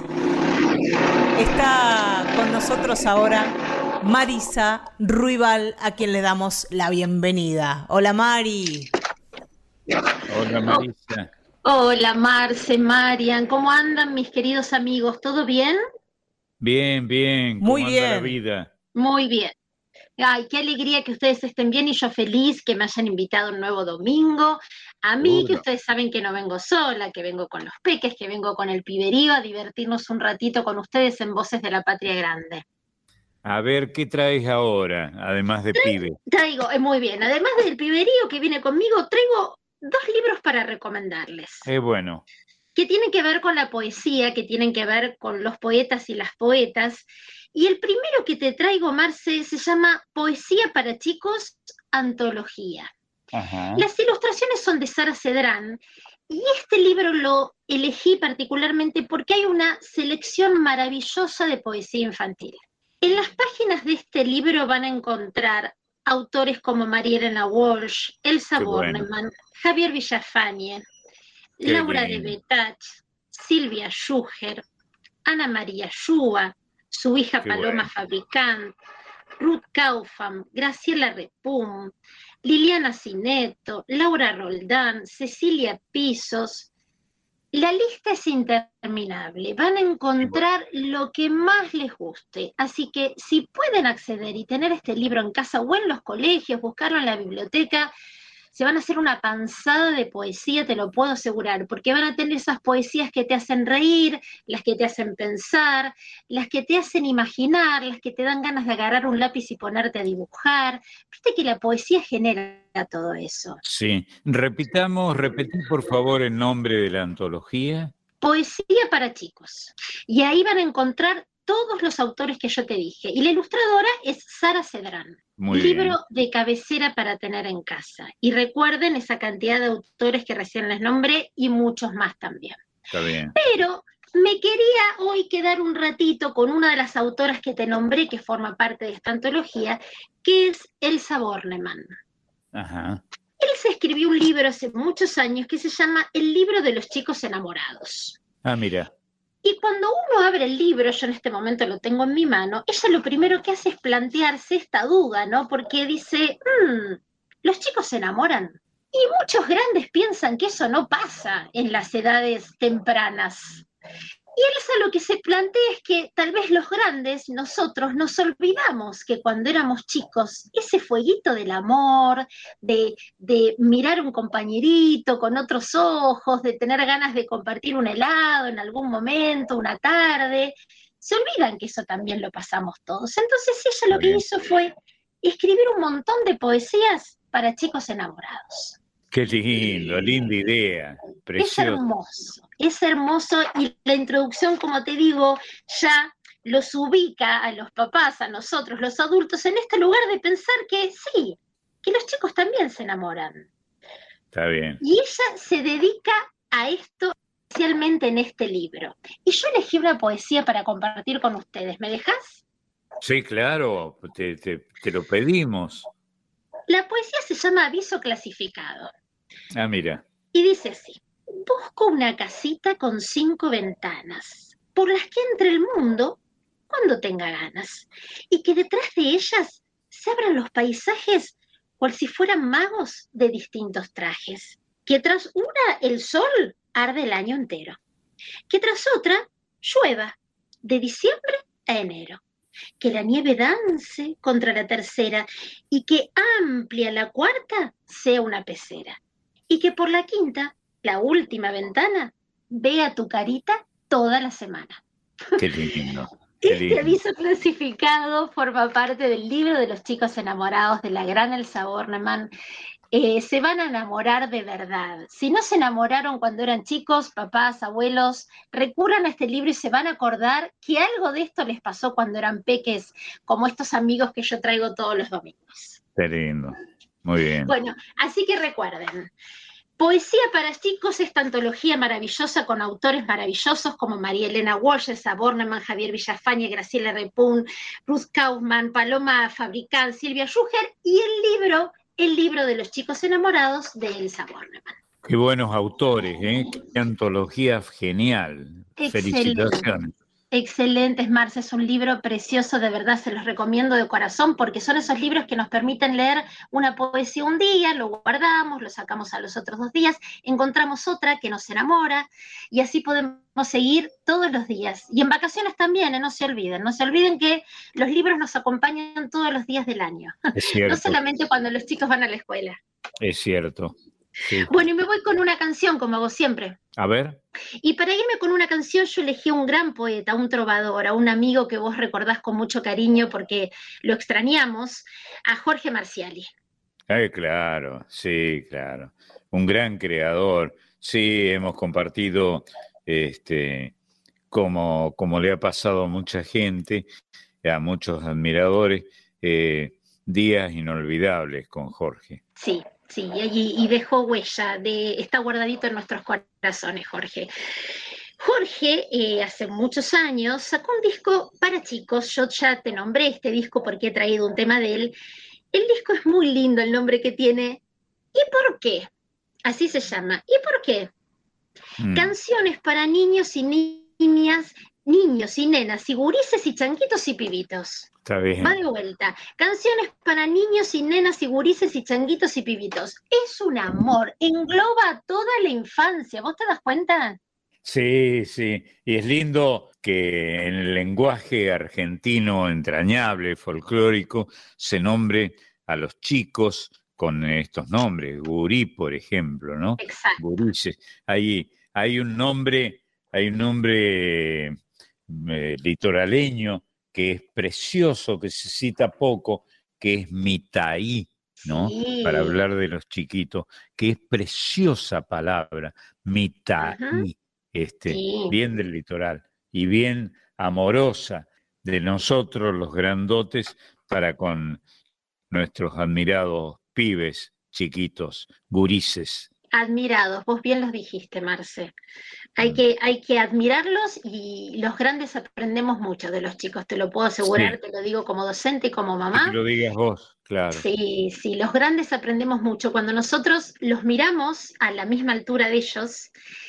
Está con nosotros ahora Marisa Ruibal, a quien le damos la bienvenida. Hola, Mari. Hola, Marisa. Hola, Marce, Marian, ¿cómo andan mis queridos amigos? ¿Todo bien? Bien, bien. ¿Cómo Muy anda bien. la vida? Muy bien. Ay, qué alegría que ustedes estén bien y yo feliz que me hayan invitado un nuevo domingo. A mí, Seguro. que ustedes saben que no vengo sola, que vengo con los peques, que vengo con el piberío a divertirnos un ratito con ustedes en Voces de la Patria Grande. A ver, ¿qué traes ahora, además de pibe? Traigo, eh, muy bien, además del piberío que viene conmigo, traigo dos libros para recomendarles. Es bueno. Que tienen que ver con la poesía, que tienen que ver con los poetas y las poetas. Y el primero que te traigo, Marce, se llama Poesía para Chicos, Antología. Ajá. Las ilustraciones son de Sara Cedrán, y este libro lo elegí particularmente porque hay una selección maravillosa de poesía infantil. En las páginas de este libro van a encontrar autores como María Elena Walsh, Elsa Qué bueno. Bornemann, Javier Villafañe, Qué Laura de lindo. Betach, Silvia Schuher, Ana María Shua, su hija Qué Paloma bueno. Fabricant, Ruth Kaufman, Graciela Repum, Liliana Cineto, Laura Roldán, Cecilia Pisos. La lista es interminable, van a encontrar lo que más les guste, así que si pueden acceder y tener este libro en casa o en los colegios, buscarlo en la biblioteca, se van a hacer una panzada de poesía, te lo puedo asegurar, porque van a tener esas poesías que te hacen reír, las que te hacen pensar, las que te hacen imaginar, las que te dan ganas de agarrar un lápiz y ponerte a dibujar. Viste que la poesía genera todo eso. Sí. Repitamos, repetí por favor el nombre de la antología. Poesía para chicos. Y ahí van a encontrar todos los autores que yo te dije. Y la ilustradora es Sara Cedrán. Muy Libro bien. de cabecera para tener en casa. Y recuerden esa cantidad de autores que recién les nombré y muchos más también. Está bien. Pero me quería hoy quedar un ratito con una de las autoras que te nombré, que forma parte de esta antología, que es Elsa Bornemann. Ajá. Elsa escribió un libro hace muchos años que se llama El libro de los chicos enamorados. Ah, mira. Y cuando uno abre el libro, yo en este momento lo tengo en mi mano, ella lo primero que hace es plantearse esta duda, ¿no? Porque dice, mmm, ¿los chicos se enamoran? Y muchos grandes piensan que eso no pasa en las edades tempranas. Y Elsa lo que se plantea es que tal vez los grandes, nosotros, nos olvidamos que cuando éramos chicos, ese fueguito del amor, de, de mirar un compañerito con otros ojos, de tener ganas de compartir un helado en algún momento, una tarde, se olvidan que eso también lo pasamos todos. Entonces ella lo que hizo fue escribir un montón de poesías para chicos enamorados. Qué lindo, linda idea. Es Precioso. hermoso, es hermoso y la introducción, como te digo, ya los ubica a los papás, a nosotros, los adultos, en este lugar de pensar que sí, que los chicos también se enamoran. Está bien. Y ella se dedica a esto especialmente en este libro. Y yo elegí una poesía para compartir con ustedes. ¿Me dejas? Sí, claro, te, te, te lo pedimos. La poesía se llama Aviso Clasificado. Ah, mira. Y dice así: busco una casita con cinco ventanas, por las que entre el mundo cuando tenga ganas, y que detrás de ellas se abran los paisajes cual si fueran magos de distintos trajes, que tras una el sol arde el año entero, que tras otra llueva de diciembre a enero, que la nieve dance contra la tercera y que amplia la cuarta sea una pecera, y que por la quinta, la última ventana, vea tu carita toda la semana. Qué lindo. Qué Este lindo. aviso clasificado forma parte del libro de los chicos enamorados de la gran Elsa Bornemann. Eh, se van a enamorar de verdad. Si no se enamoraron cuando eran chicos, papás, abuelos, recurran a este libro y se van a acordar que algo de esto les pasó cuando eran peques, como estos amigos que yo traigo todos los domingos. Qué lindo. Muy bien. Bueno, así que recuerden, Poesía para chicos, esta antología maravillosa con autores maravillosos como María Elena Walsh, Elsa Bornemann, Javier Villafañe, Graciela Repun, Ruth Kaufman, Paloma Fabricán, Silvia Schuher, y el libro, el libro de los chicos enamorados de Elsa Bornemann. Qué buenos autores, ¿eh? Qué antología genial. Excelente. Felicitaciones. Excelentes, Marce, es un libro precioso, de verdad se los recomiendo de corazón, porque son esos libros que nos permiten leer una poesía un día, lo guardamos, lo sacamos a los otros dos días, encontramos otra que nos enamora, y así podemos seguir todos los días. Y en vacaciones también, ¿eh? No se olviden, no se olviden que los libros nos acompañan todos los días del año, Es cierto. no solamente cuando los chicos van a la escuela. Es cierto. Sí. Bueno, y me voy con una canción, como hago siempre. A ver. Y para irme con una canción yo elegí a un gran poeta, a un trovador, a un amigo que vos recordás con mucho cariño porque lo extrañamos, a Jorge Marciali. Ay, claro, sí, claro. Un gran creador. Sí, hemos compartido, este, como, como le ha pasado a mucha gente, a muchos admiradores, eh, días inolvidables con Jorge. Sí. Sí, y, y dejó huella, de, está guardadito en nuestros corazones, Jorge. Jorge, eh, hace muchos años, sacó un disco para chicos. Yo ya te nombré este disco porque he traído un tema de él. El disco es muy lindo, el nombre que tiene. ¿Y por qué? Así se llama. ¿Y por qué? Mm. Canciones para niños y niñas, niños y nenas, y gurises y changuitos y pibitos. Está bien. Va de vuelta. Canciones para niños y nenas y gurises y changuitos y pibitos. Es un amor, engloba toda la infancia. ¿Vos te das cuenta? Sí, sí. Y es lindo que en el lenguaje argentino entrañable, folclórico, se nombre a los chicos con estos nombres. Gurí, por ejemplo, ¿no? Exacto. Gurises. Hay, hay un nombre, hay un nombre eh, litoraleño que es precioso, que se cita poco, que es Mitaí, ¿no? Sí. Para hablar de los chiquitos, que es preciosa palabra, Mitaí, uh-huh. este, sí. Bien del litoral y bien amorosa de nosotros los grandotes para con nuestros admirados pibes chiquitos, gurises. Admirados, vos bien los dijiste, Marce. Hay que, hay que admirarlos y los grandes aprendemos mucho de los chicos, te lo puedo asegurar, sí. Te lo digo como docente y como mamá. Que lo digas vos, claro. Sí, sí, los grandes aprendemos mucho. Cuando nosotros los miramos a la misma altura de ellos,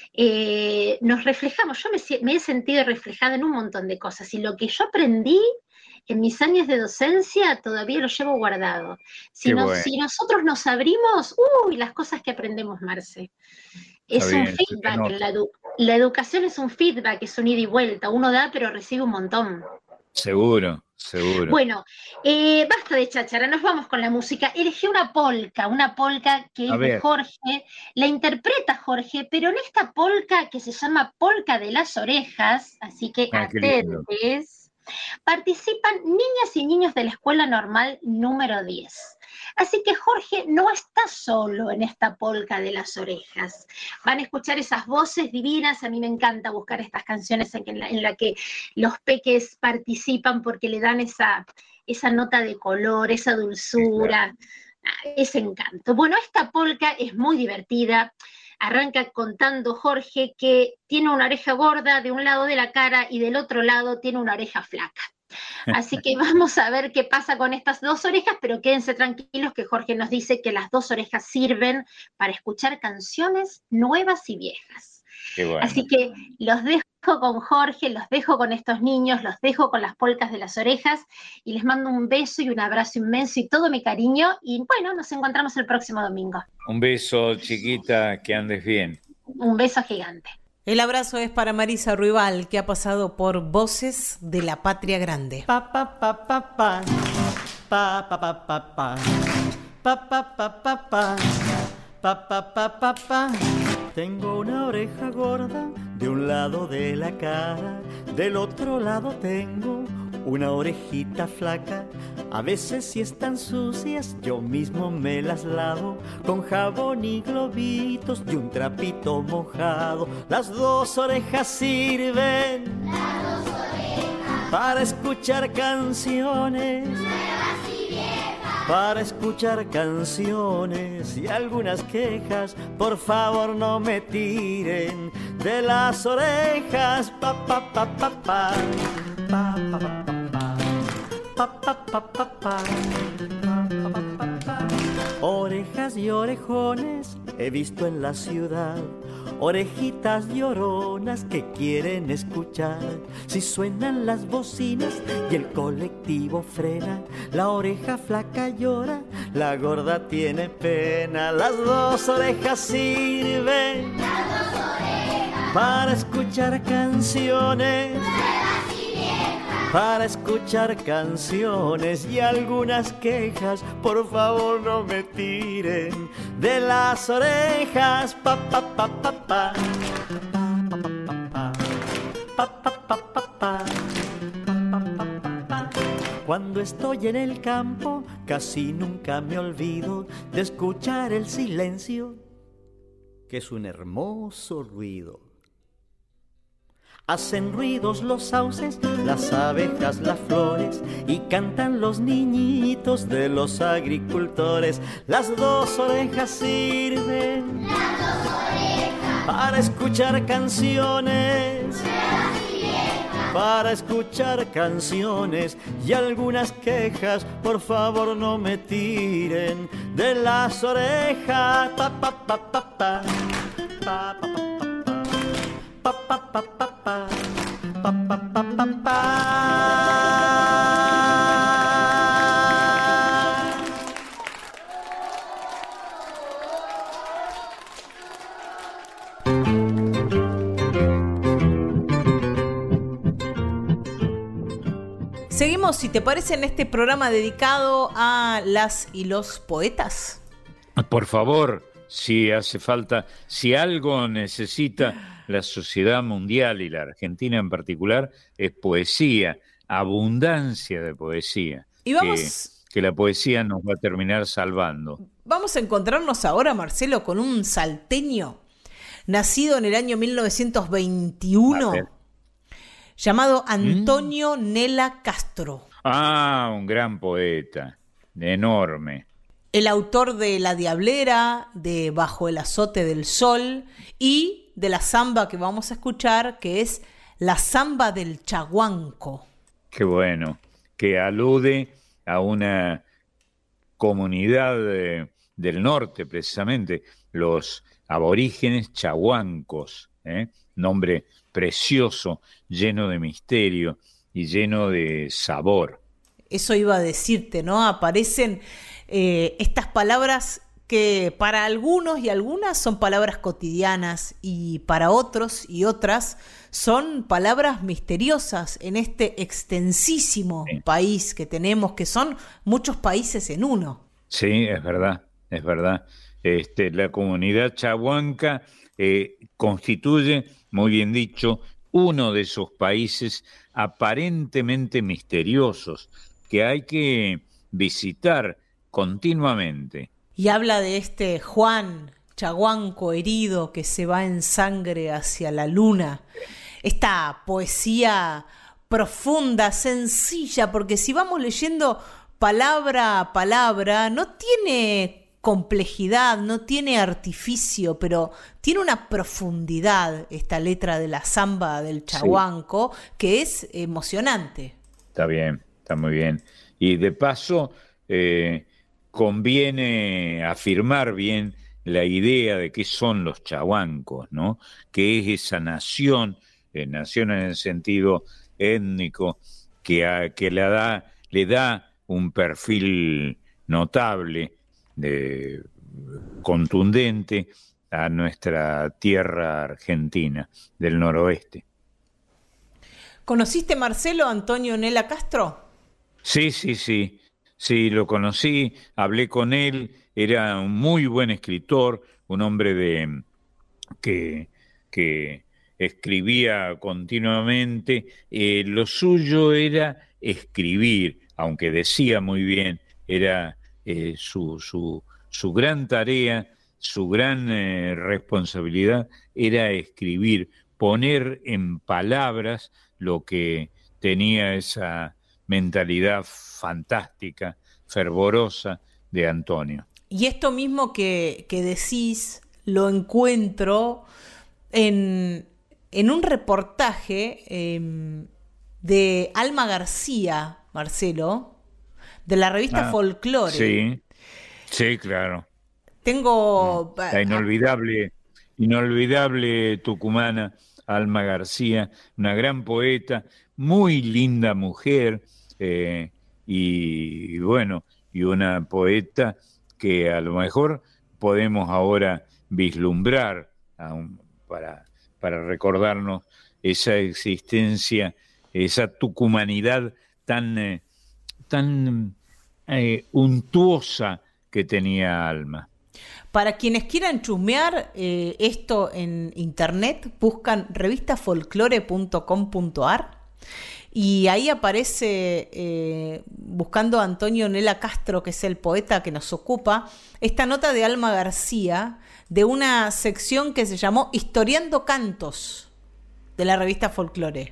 eh, nos reflejamos. Yo me, me he sentido reflejada en un montón de cosas y lo que yo aprendí en mis años de docencia todavía lo llevo guardado. Si, nos, bueno. si nosotros nos abrimos, uy, las cosas que aprendemos, Marce. Es Está un bien, feedback, la, edu la educación es un feedback, es un ida y vuelta, uno da pero recibe un montón. Seguro, seguro. Bueno, eh, basta de cháchara, nos vamos con la música. Elegí una polca, una polca que es de Jorge, la interpreta Jorge, pero en esta polca que se llama Polca de las Orejas, así que ah, atentes. Participan niñas y niños de la Escuela Normal número diez. Así que Jorge no está solo en esta polca de las orejas. Van a escuchar esas voces divinas. A mí me encanta buscar estas canciones en la, en la que los peques participan porque le dan esa, esa nota de color, esa dulzura, ese encanto. Bueno, esta polca es muy divertida. Arranca contando Jorge que tiene una oreja gorda de un lado de la cara y del otro lado tiene una oreja flaca. Así que vamos a ver qué pasa con estas dos orejas, pero quédense tranquilos que Jorge nos dice que las dos orejas sirven para escuchar canciones nuevas y viejas. Qué bueno. Así que los dejo con Jorge, los dejo con estos niños, los dejo con las polcas de las orejas y les mando un beso y un abrazo inmenso y todo mi cariño y bueno, nos encontramos el próximo domingo. Un beso, chiquita, que andes bien. Un beso gigante. El abrazo es para Marisa Ruibal, que ha pasado por Voces de la Patria Grande. Pa pa pa pa pa pa pa pa pa pa pa pa pa pa pa pa pa pa pa. Tengo una oreja gorda de un lado de la cara, del otro lado tengo una orejita flaca. A veces si están sucias yo mismo me las lavo con jabón y globitos y un trapito mojado. Las dos orejas sirven, las dos orejas, para escuchar canciones nuevas y viejas. para escuchar canciones y algunas quejas. Por favor no me tiren de las orejas. Pa pa pa pa pa pa pa pa pa pa pa pa pa. Orejas y orejones he visto en la ciudad, orejitas lloronas que quieren escuchar. Si suenan las bocinas y el colectivo frena, la oreja flaca llora, la gorda tiene pena. Las dos orejas sirven, las dos orejas, para escuchar canciones nuevas y viejas, para escuchar canciones y algunas quejas. Por favor no me tiren de las orejas. Pa pa pa pa pa pa pa pa pa pa pa. Cuando estoy en el campo casi nunca me olvido de escuchar el silencio, que es un hermoso ruido. Hacen ruidos los sauces, las abejas, las flores, y cantan los niñitos de los agricultores. Las dos orejas sirven, las dos orejas, para escuchar canciones nuevas y viejas, para escuchar canciones y algunas quejas. Por favor no me tiren de las orejas. Pa pa pa pa pa pa pa pa pa pa pa pa. Pa, pa, pa, pa, pa. Seguimos, si te parece, en este programa dedicado a las y los poetas. Por favor, si hace falta, si algo necesita la sociedad mundial y la Argentina en particular, es poesía, abundancia de poesía. Y vamos, que, que la poesía nos va a terminar salvando. Vamos a encontrarnos ahora, Marcelo, con un salteño nacido en el año mil novecientos veintiuno, llamado Antonio ¿Mm? Nela Castro. Ah, un gran poeta, enorme. El autor de La Diablera, de Bajo el azote del sol y de la samba que vamos a escuchar, que es la samba del Chaguanco. Qué bueno, que alude a una comunidad de, del norte, precisamente, los aborígenes chaguancos, ¿eh? Nombre precioso, lleno de misterio y lleno de sabor. Eso iba a decirte, ¿no? Aparecen eh, estas palabras que para algunos y algunas son palabras cotidianas y para otros y otras son palabras misteriosas en este extensísimo sí. país que tenemos, que son muchos países en uno. Sí, es verdad, es verdad. Este, la comunidad chaguanca eh, constituye, muy bien dicho, uno de esos países aparentemente misteriosos que hay que visitar continuamente. Y habla de este Juan Chaguanco herido que se va en sangre hacia la luna. Esta poesía profunda, sencilla, porque si vamos leyendo palabra a palabra, no tiene complejidad, no tiene artificio, pero tiene una profundidad esta letra de la samba del Chaguanco, sí, que es emocionante. Está bien, está muy bien. Y de paso, eh, conviene afirmar bien la idea de qué son los chaguancos, ¿no? Que es esa nación, eh, nación en el sentido étnico, que, a, que le, da, le da un perfil notable, de, contundente a nuestra tierra argentina del noroeste. ¿Conociste, Marcelo, a Antonio Nela Castro? Sí, sí, sí. Sí, lo conocí, hablé con él, era un muy buen escritor, un hombre de que, que escribía continuamente. Eh, lo suyo era escribir, aunque decía muy bien, era eh, su, su, su gran tarea, su gran eh, responsabilidad era escribir, poner en palabras lo que tenía esa mentalidad fantástica fervorosa de Antonio. Y esto mismo que, que decís lo encuentro en, en un reportaje eh, de Alma García, Marcelo, de la revista Ah, Folklore. Sí, sí, claro. Tengo... La inolvidable, inolvidable tucumana Alma García, una gran poeta, muy linda mujer, eh, y, y bueno, y una poeta que a lo mejor podemos ahora vislumbrar aún para, para recordarnos esa existencia, esa tucumanidad tan, eh, tan eh, untuosa que tenía Alma. Para quienes quieran chusmear eh, esto en internet, buscan revista folklore punto com punto ar y ahí aparece, eh, buscando a Antonio Nela Castro, que es el poeta que nos ocupa, esta nota de Alma García de una sección que se llamó Historiando Cantos de la revista Folklore.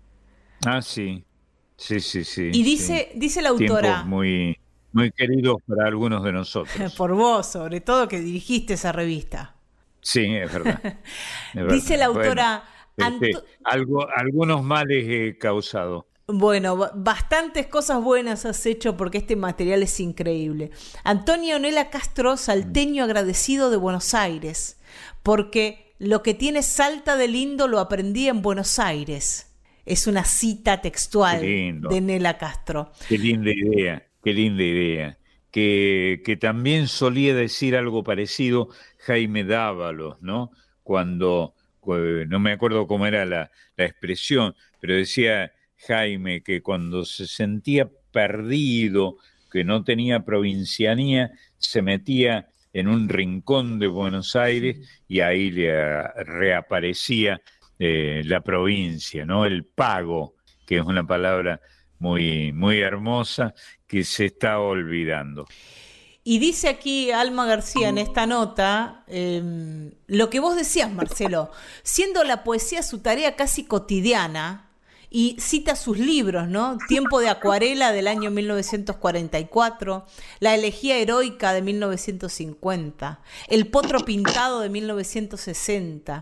Ah, sí, sí, sí, sí. Y dice, sí. dice la autora... Tiempos muy... muy queridos para algunos de nosotros. Por vos, sobre todo, que dirigiste esa revista. Sí, es verdad. Es verdad. Dice la autora... Bueno, este, Anto- algo, algunos males he causado. Bueno, bastantes cosas buenas has hecho porque este material es increíble. Antonio Nela Castro, salteño agradecido de Buenos Aires, porque lo que tiene Salta de lindo lo aprendí en Buenos Aires. Es una cita textual de Nela Castro. Qué linda idea. Qué linda idea. Que, que también solía decir algo parecido Jaime Dávalos, ¿no? Cuando, no me acuerdo cómo era la, la expresión, pero decía Jaime que cuando se sentía perdido, que no tenía provincianía, se metía en un rincón de Buenos Aires y ahí le reaparecía eh, la provincia, ¿no? El pago, que es una palabra muy, muy hermosa, que se está olvidando. Y dice aquí Alma García en esta nota, eh, lo que vos decías, Marcelo, siendo la poesía su tarea casi cotidiana, y cita sus libros, ¿no? Tiempo de acuarela del año mil novecientos cuarenta y cuatro, La elegía heroica de mil novecientos cincuenta, El potro pintado de mil novecientos sesenta,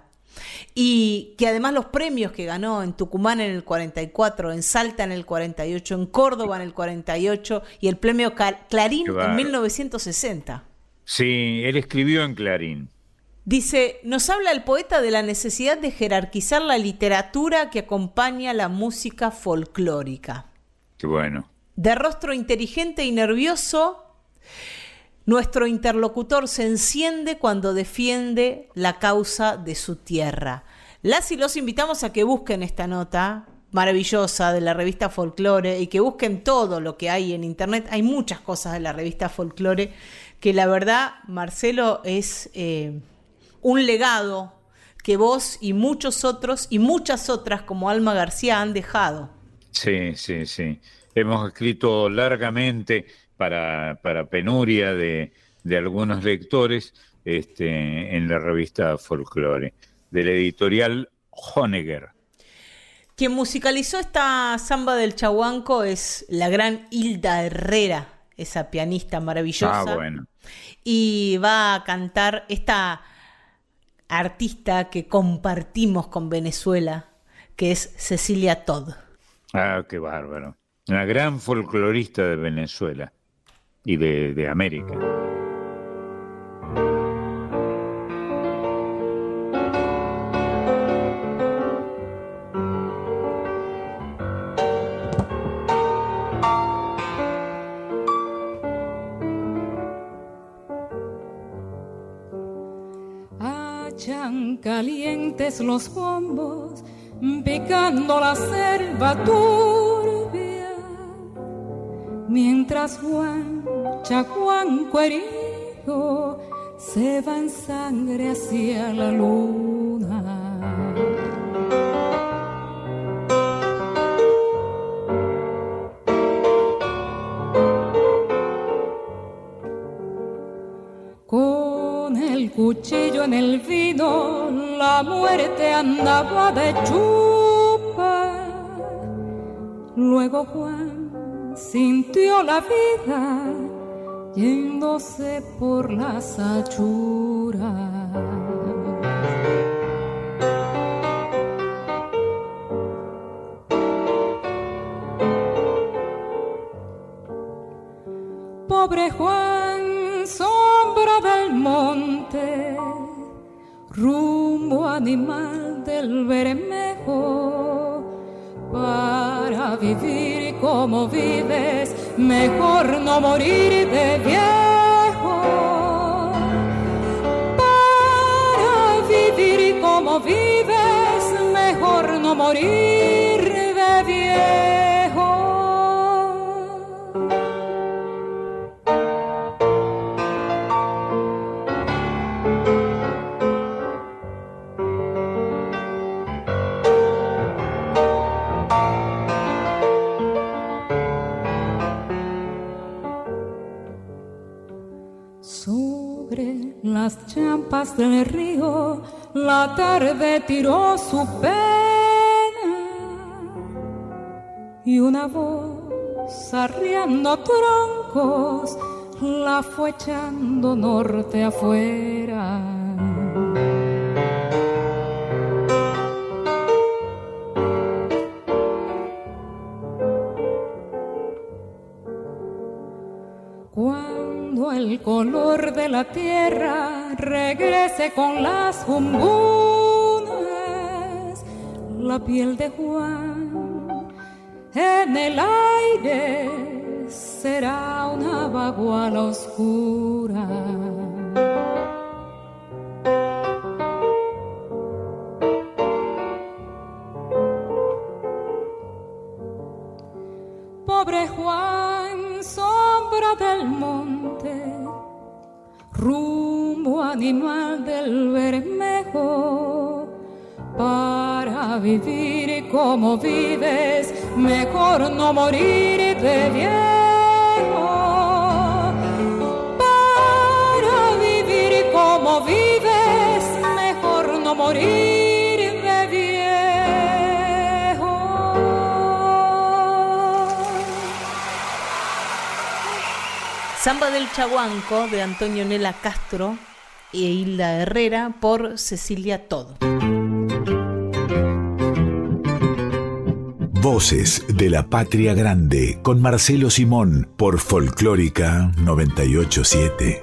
y que además los premios que ganó en Tucumán en el cuarenta y cuatro, en Salta en el cuarenta y ocho, en Córdoba en el cuarenta y ocho y el premio Clarín en mil novecientos sesenta. Sí, él escribió en Clarín. Dice, nos habla el poeta de la necesidad de jerarquizar la literatura que acompaña la música folclórica. Qué bueno. De rostro inteligente y nervioso, nuestro interlocutor se enciende cuando defiende la causa de su tierra. Las y los invitamos a que busquen esta nota maravillosa de la revista Folklore y que busquen todo lo que hay en internet. Hay muchas cosas de la revista Folklore que la verdad, Marcelo, es eh, un legado que vos y muchos otros y muchas otras como Alma García han dejado. Sí, sí, sí. Hemos escrito largamente para, para penuria de, de algunos lectores este, en la revista Folklore, de la editorial Honegger. Quien musicalizó esta samba del Chahuanco es la gran Hilda Herrera, esa pianista maravillosa. Ah, bueno. Y va a cantar esta artista que compartimos con Venezuela, que es Cecilia Todd. Ah, qué bárbaro. Una gran folclorista de Venezuela y de, de América. Hachan calientes los bombos, picando la selva turbia, mientras Juan Chacuanco herido se va en sangre hacia la luna. Con el cuchillo en el vino, la muerte andaba de chupa. Luego Juan sintió la vida yéndose por las achuras. Pobre Juan, sombra del monte, rumbo animal del Bermejo, para vivir como vives, mejor no morir de viejo. Para vivir como vives, mejor no morir de viejo. Las champas del río, la tarde tiró su pena y una voz arriando troncos la fue echando norte afuera. Cuando el color de la tierra regrese con las humbunas, la piel de Juan en el aire será una baguala oscura. Pobre Juan, sombra del monte, rumbo animal del Bermejo, para vivir como vives, mejor no morir de viejo. Para vivir como vives, mejor no morir de viejo. Samba del Chaguanco de Antonio Nela Castro e Hilda Herrera por Cecilia Todo. Voces de la Patria Grande con Marcelo Simón por Folclórica noventa y ocho punto siete.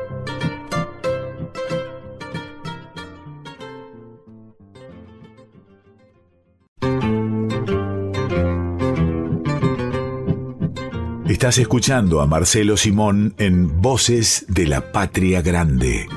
Estás escuchando a Marcelo Simón en Voces de la Patria Grande.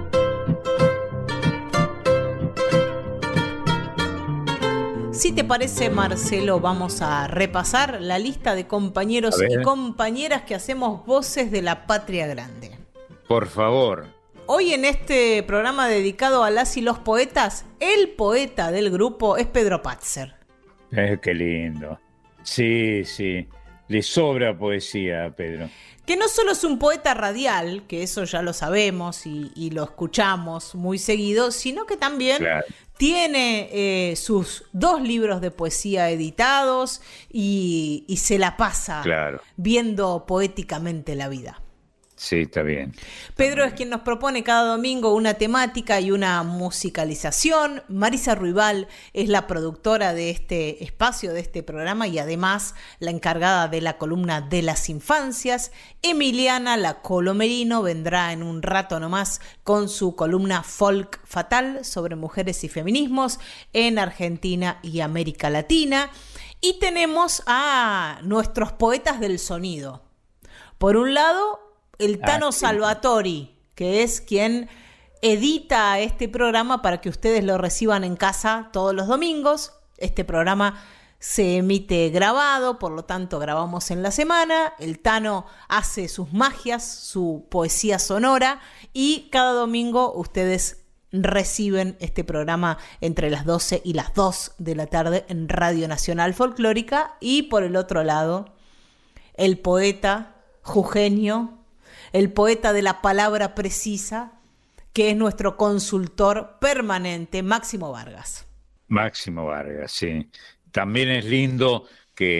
Si te parece, Marcelo, vamos a repasar la lista de compañeros y compañeras que hacemos Voces de la Patria Grande. Por favor. Hoy en este programa dedicado a las y los poetas, el poeta del grupo es Pedro Patzer. Eh, qué lindo. Sí, sí. Le sobra poesía a Pedro. Que no solo es un poeta radial, que eso ya lo sabemos y, y lo escuchamos muy seguido, sino que también claro. tiene eh, sus dos libros de poesía editados y, y se la pasa claro. viendo poéticamente la vida. Sí, está bien. Pedro es quien nos propone cada domingo una temática y una musicalización. Marisa Ruibal es la productora de este espacio, de este programa, y además la encargada de la columna de las infancias. Emiliana La Colomerino vendrá en un rato nomás con su columna Folk Fatal sobre mujeres y feminismos en Argentina y América Latina. Y tenemos a nuestros poetas del sonido. Por un lado, el Tano ah, sí. Salvatori, que es quien edita este programa para que ustedes lo reciban en casa todos los domingos. Este programa se emite grabado, por lo tanto grabamos en la semana. El Tano hace sus magias, su poesía sonora, y cada domingo ustedes reciben este programa entre las doce y las dos de la tarde en Radio Nacional Folclórica. Y por el otro lado, el poeta jujeño, el poeta de la palabra precisa, que es nuestro consultor permanente, Máximo Vargas. Máximo Vargas, sí. También es lindo que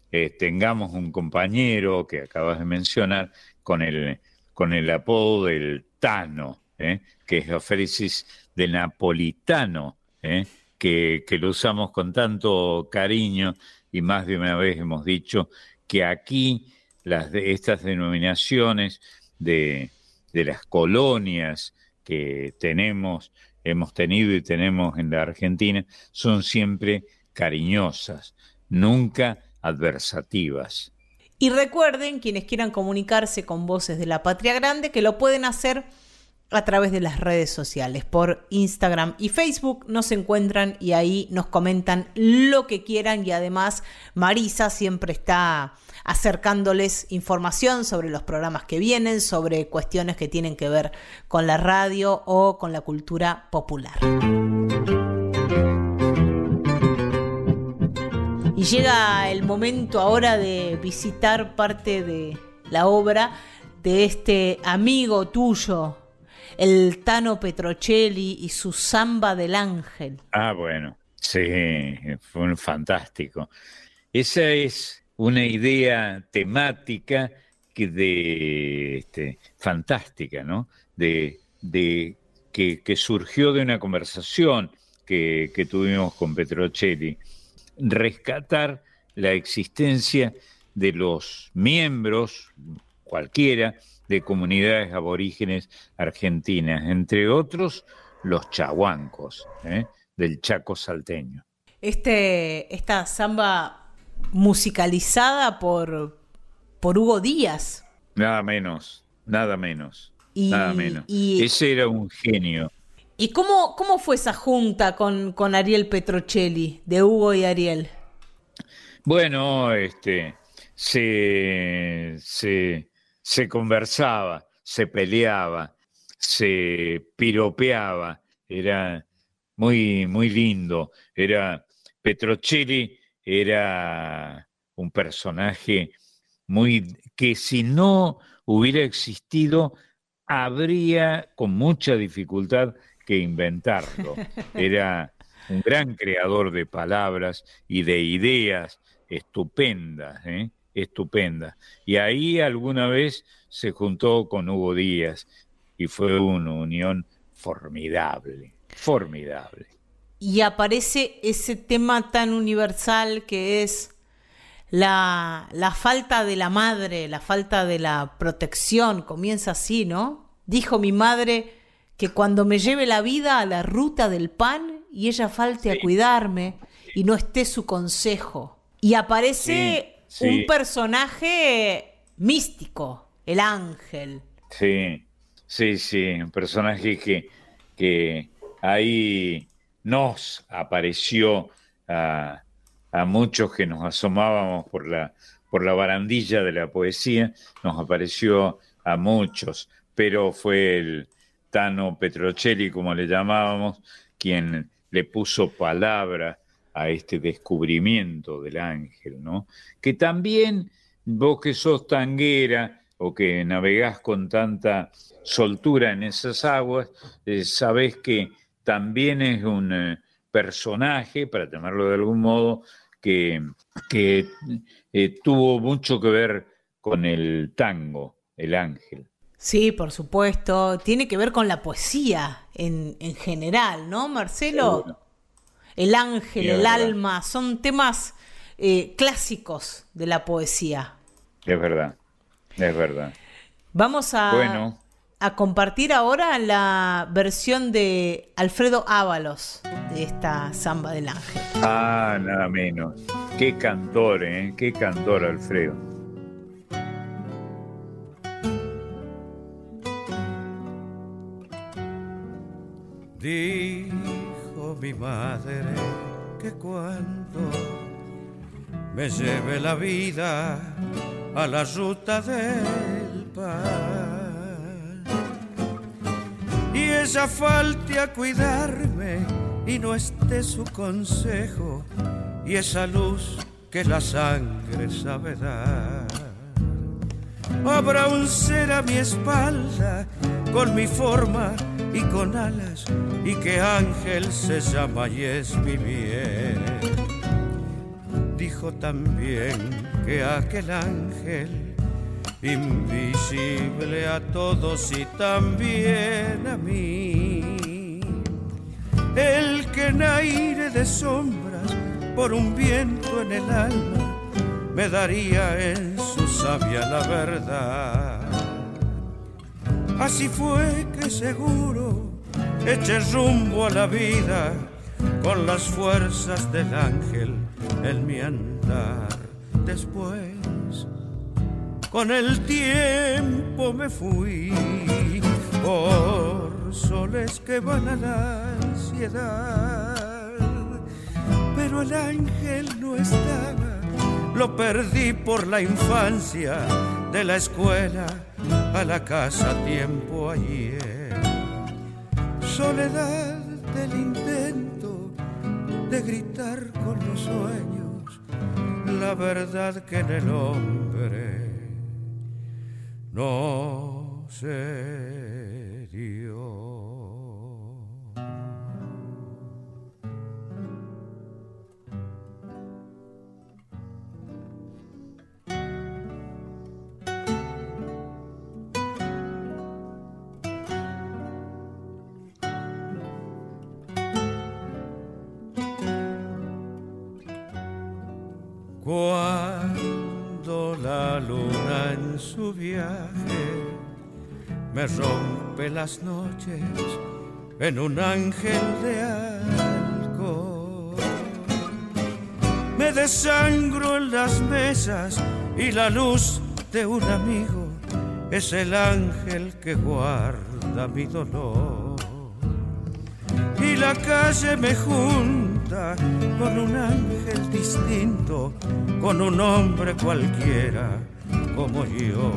eh, tengamos un compañero que acabas de mencionar con el, con el apodo del Tano, ¿eh? que es Ofélisis de Napolitano, ¿eh? que, que lo usamos con tanto cariño, y más de una vez hemos dicho que aquí las de, estas denominaciones de, de las colonias que tenemos, hemos tenido y tenemos en la Argentina, son siempre cariñosas, nunca adversativas. Y recuerden, quienes quieran comunicarse con Voces de la Patria Grande, que lo pueden hacer a través de las redes sociales. Por Instagram y Facebook nos encuentran y ahí nos comentan lo que quieran, y además Marisa siempre está acercándoles información sobre los programas que vienen, sobre cuestiones que tienen que ver con la radio o con la cultura popular. Y llega el momento ahora de visitar parte de la obra de este amigo tuyo, el Tano Petrocelli, y su Samba del Ángel. Ah, bueno, sí, fue un fantástico. Esa es una idea temática que de este, fantástica, ¿no? De, de que, que surgió de una conversación que, que tuvimos con Petrocelli. Rescatar la existencia de los miembros, cualquiera, de comunidades aborígenes argentinas, entre otros los chahuancos, ¿eh? del Chaco salteño. Este, esta samba musicalizada por, por Hugo Díaz. Nada menos, nada menos, y, nada menos. Y, Ese era un genio. ¿Y cómo, cómo fue esa junta con, con Ariel Petrocelli, de Hugo y Ariel? Bueno, este, se... se Se conversaba, se peleaba, se piropeaba, era muy, muy lindo. Era, Petrocelli era un personaje muy, que si no hubiera existido, habría con mucha dificultad que inventarlo. Era un gran creador de palabras y de ideas estupendas, ¿eh? estupenda. Y ahí alguna vez se juntó con Hugo Díaz y fue una unión formidable, formidable. Y aparece ese tema tan universal que es la, la falta de la madre, la falta de la protección. Comienza así, ¿no? Dijo mi madre que cuando me lleve la vida a la ruta del pan y ella falte sí. a cuidarme y no esté su consejo. Y aparece... Sí. Sí. Un personaje místico, el ángel. Sí, sí, sí, un personaje que, que ahí nos apareció a, a muchos que nos asomábamos por la, por la barandilla de la poesía, nos apareció a muchos, pero fue el Tano Petrocelli, como le llamábamos, quien le puso palabra a este descubrimiento del ángel, ¿no? Que también vos que sos tanguera o que navegás con tanta soltura en esas aguas, eh, sabés que también es un eh, personaje, para llamarlo de algún modo, que, que eh, tuvo mucho que ver con el tango, el ángel. Sí, por supuesto, tiene que ver con la poesía en, en general, ¿no, Marcelo? Seguro. El ángel, sí, el verdad. Alma, son temas eh, clásicos de la poesía. Es verdad, es verdad. Vamos a, bueno. a compartir ahora la versión de Alfredo Ábalos de esta Samba del Ángel. Ah, nada menos. Qué cantor, ¿eh? Qué cantor, Alfredo. Dijo mi madre que cuando me lleve la vida a la ruta del pan y ella falte a cuidarme y no esté su consejo y esa luz que la sangre sabe dar, habrá un ser a mi espalda con mi forma y con alas y que ángel se llama y es mi bien. Dijo dijo también que aquel ángel, invisible a todos y también a mí, el que en aire de sombras por un viento en el alma me daría en su savia la verdad. Así fue que seguro eché rumbo a la vida con las fuerzas del ángel en mi andar. Después, con el tiempo me fui por soles que van a la ansiedad, pero el ángel no estaba, lo perdí por la infancia, de la escuela a la casa tiempo ayer. Soledad del intento de gritar con los sueños la verdad que en el hombre no se dio. Cuando la luna en su viaje me rompe las noches en un ángel de alcohol, me desangro en las mesas y la luz de un amigo es el ángel que guarda mi dolor. Y la calle me junta con un ángel distinto, con un hombre cualquiera como yo.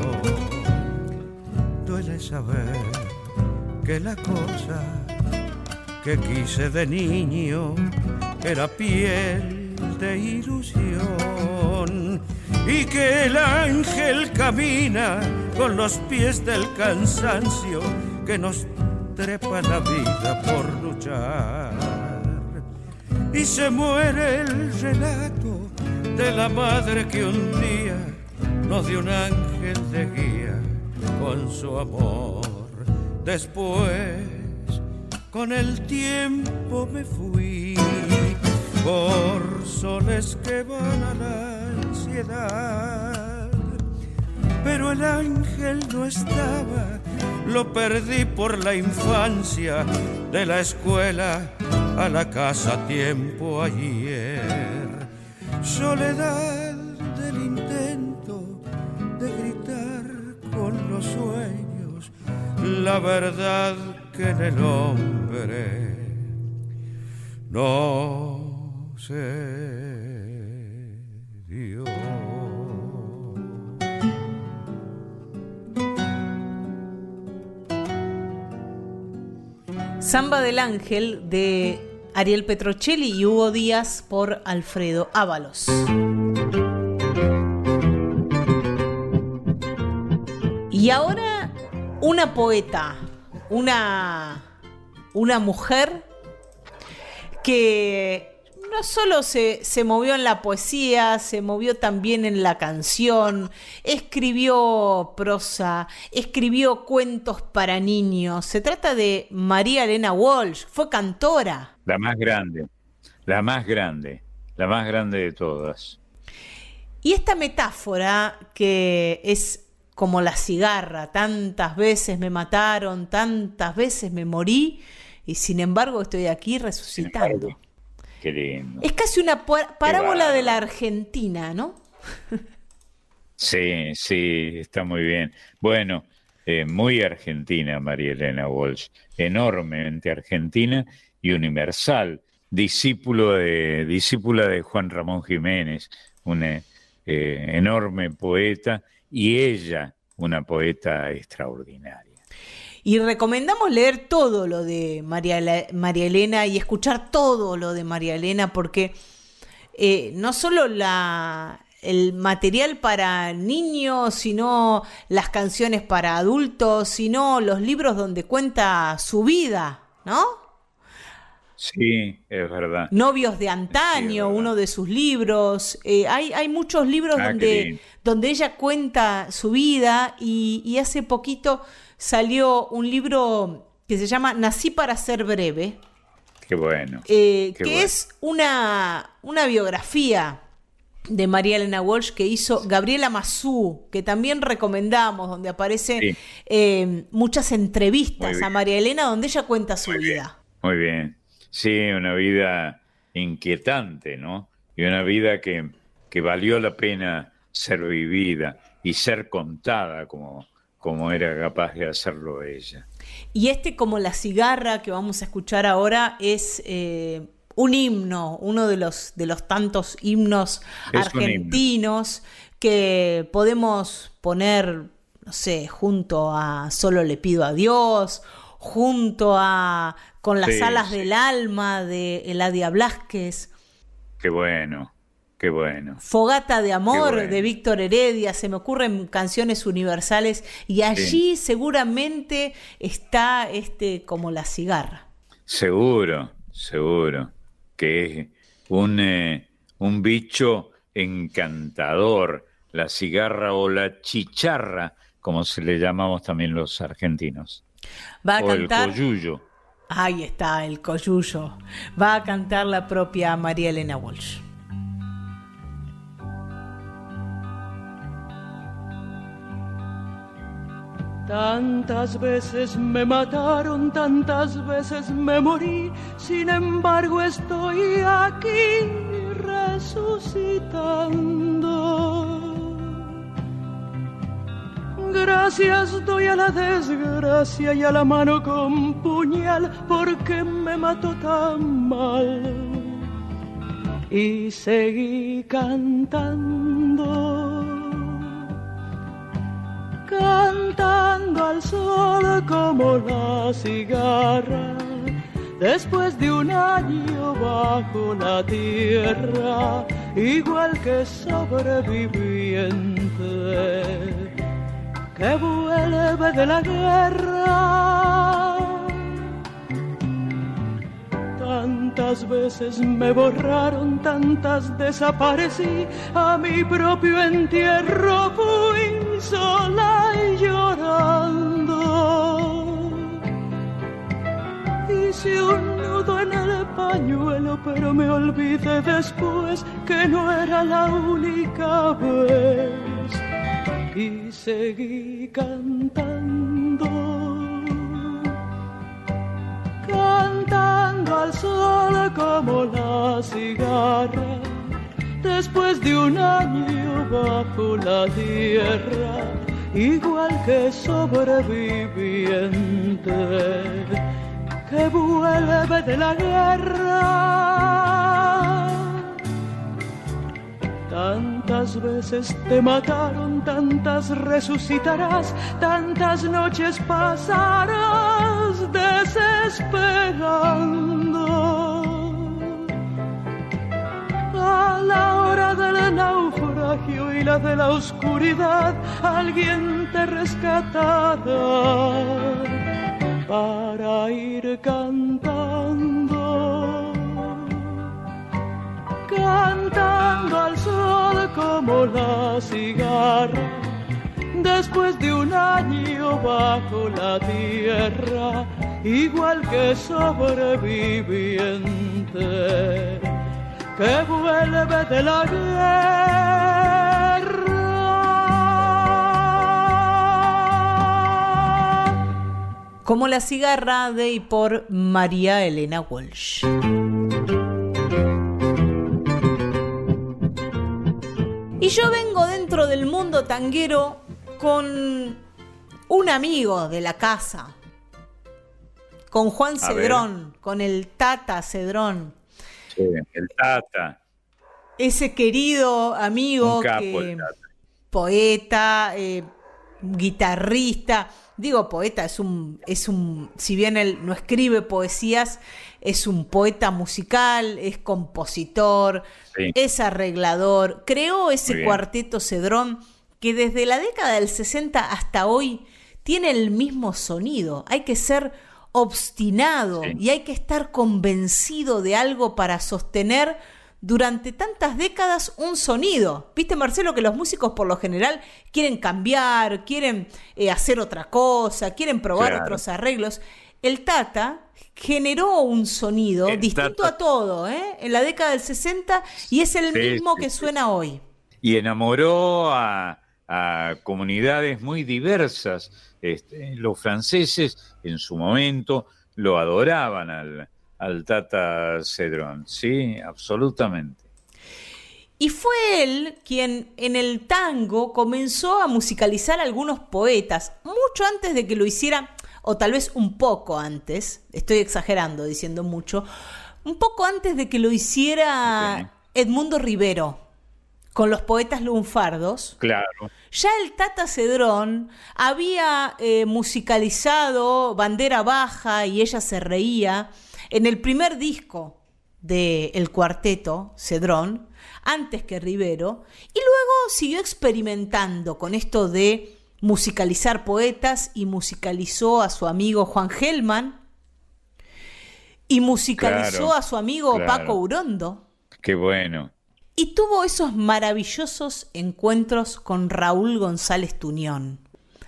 Duele saber que la cosa que quise de niño era piel de ilusión, y que el ángel camina con los pies del cansancio que nos trepa la vida por luchar. Y se muere el relato de la madre que un día nos dio un ángel de guía con su amor. Después, con el tiempo me fui por soles que van a la ansiedad, pero el ángel no estaba, lo perdí por la infancia, de la escuela a la casa tiempo ayer. Soledad del intento de gritar con los sueños la verdad que en el hombre no se dio. Samba del Ángel de Ariel Petrocelli y Hugo Díaz por Alfredo Ábalos. Y ahora una poeta, una, una mujer que no solo se, se movió en la poesía, se movió también en la canción, escribió prosa, escribió cuentos para niños. Se trata de María Elena Walsh, fue cantora. La más grande, la más grande, la más grande de todas. Y esta metáfora que es como la cigarra, tantas veces me mataron, tantas veces me morí, y sin embargo estoy aquí resucitando. Qué lindo. Es casi una parábola de la Argentina, ¿no? Sí, sí, está muy bien. Bueno, eh, muy argentina María Elena Walsh, enormemente argentina y universal, discípulo de, discípula de Juan Ramón Jiménez, un eh, enorme poeta, y ella una poeta extraordinaria. Y recomendamos leer todo lo de María, María Elena y escuchar todo lo de María Elena, porque eh, no solo la, el material para niños, sino las canciones para adultos, sino los libros donde cuenta su vida, ¿no? Sí, es verdad. Novios de antaño, sí, uno de sus libros. Eh, hay, hay muchos libros ah, donde, donde ella cuenta su vida y, y hace poquito salió un libro que se llama Nací para ser breve. Qué bueno. Eh, qué que bueno. es una, una biografía de María Elena Walsh que hizo Gabriela Mazú, que también recomendamos, donde aparecen sí. eh, muchas entrevistas a María Elena, donde ella cuenta su Muy vida. Bien. Muy bien. Sí, una vida inquietante, ¿no? Y una vida que, que valió la pena ser vivida y ser contada como, como era capaz de hacerlo ella. Y este, como La cigarra, que vamos a escuchar ahora, es eh, un himno, uno de los, de los tantos himnos es argentinos himno. Que podemos poner, no sé, junto a Solo le pido a Dios, junto a Con las sí, alas sí. del alma de Eladia Blasquez. Qué bueno, qué bueno. Fogata de amor bueno. de Víctor Heredia, se me ocurren canciones universales y allí sí. seguramente está este como La cigarra. Seguro, seguro, que es un, eh, un bicho encantador, la cigarra o la chicharra, como se le llamamos también los argentinos. Va a o cantar. El coyuyo. Ahí está, el coyuyo. Va a cantar la propia María Elena Walsh. Tantas veces me mataron, tantas veces me morí, sin embargo estoy aquí resucitando. Gracias doy a la desgracia y a la mano con puñal porque me mató tan mal. Y seguí cantando, cantando al sol como la cigarra, después de un año bajo la tierra, igual que sobreviviente que vuelve de la guerra. Tantas veces me borraron, tantas desaparecí, a mi propio entierro fui sola y llorando. Hice un nudo en el pañuelo, pero me olvidé después que no era la única vez. Y seguí cantando, cantando al sol como la cigarra, después de un año bajo la tierra, igual que sobreviviente que vuelve de la guerra. Tantas veces te mataron, tantas resucitarás, tantas noches pasarás desesperando. A la hora del naufragio y la de la oscuridad, alguien te rescatará para ir cantando, cantando al sol como la cigarra, después de un año bajo la tierra, igual que sobreviviente que vuelve de la guerra. Como la cigarra de y por María Elena Walsh. Y yo vengo dentro del mundo tanguero con un amigo de la casa, con Juan Cedrón, con el Tata Cedrón. Sí, el Tata. Ese querido amigo, un capo, que, el Tata. poeta, eh, guitarrista. Digo poeta, es un, es un, si bien él no escribe poesías, es un poeta musical, es compositor, sí. es arreglador. Creó ese cuarteto Cedrón que desde la década del sesenta hasta hoy tiene el mismo sonido. Hay que ser obstinado, sí. Y hay que estar convencido de algo para sostener durante tantas décadas un sonido. Viste, Marcelo, que los músicos por lo general quieren cambiar, quieren eh, hacer otra cosa, quieren probar claro. otros arreglos. El Tata generó un sonido el distinto Tata. a todo, ¿eh? En la década del sesenta, y es el sí, mismo sí, que sí. suena hoy. Y enamoró a, a comunidades muy diversas. Este, los franceses en su momento lo adoraban al al Tata Cedrón, sí, absolutamente. Y fue él quien en el tango comenzó a musicalizar a algunos poetas, mucho antes de que lo hiciera, o tal vez un poco antes, estoy exagerando diciendo mucho, un poco antes de que lo hiciera okay. Edmundo Rivero, con los poetas lunfardos. Claro. Ya el Tata Cedrón había eh, musicalizado Bandera Baja y Ella se reía, en el primer disco del cuarteto Cedrón, antes que Rivero, y luego siguió experimentando con esto de musicalizar poetas y musicalizó a su amigo Juan Gelman y musicalizó claro, a su amigo claro. Paco Urondo. Qué bueno. Y tuvo esos maravillosos encuentros con Raúl González Tuñón.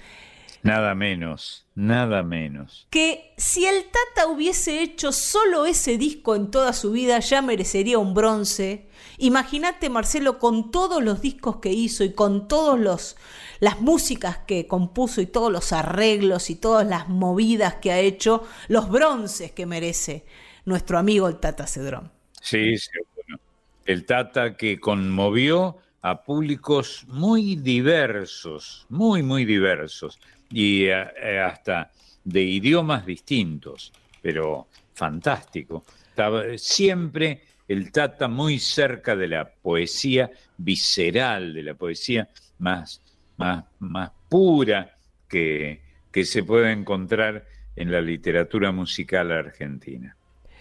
Nada menos, nada menos. Que si el Tata hubiese hecho solo ese disco en toda su vida, ya merecería un bronce. Imagínate, Marcelo, con todos los discos que hizo y con todas las músicas que compuso y todos los arreglos y todas las movidas que ha hecho, los bronces que merece nuestro amigo el Tata Cedrón. Sí, seguro. El Tata que conmovió a públicos muy diversos, muy, muy diversos. Y eh, hasta de idiomas distintos, pero fantástico. Estaba siempre el Tata muy cerca de la poesía visceral, de la poesía más, más, más pura que, que se puede encontrar en la literatura musical argentina.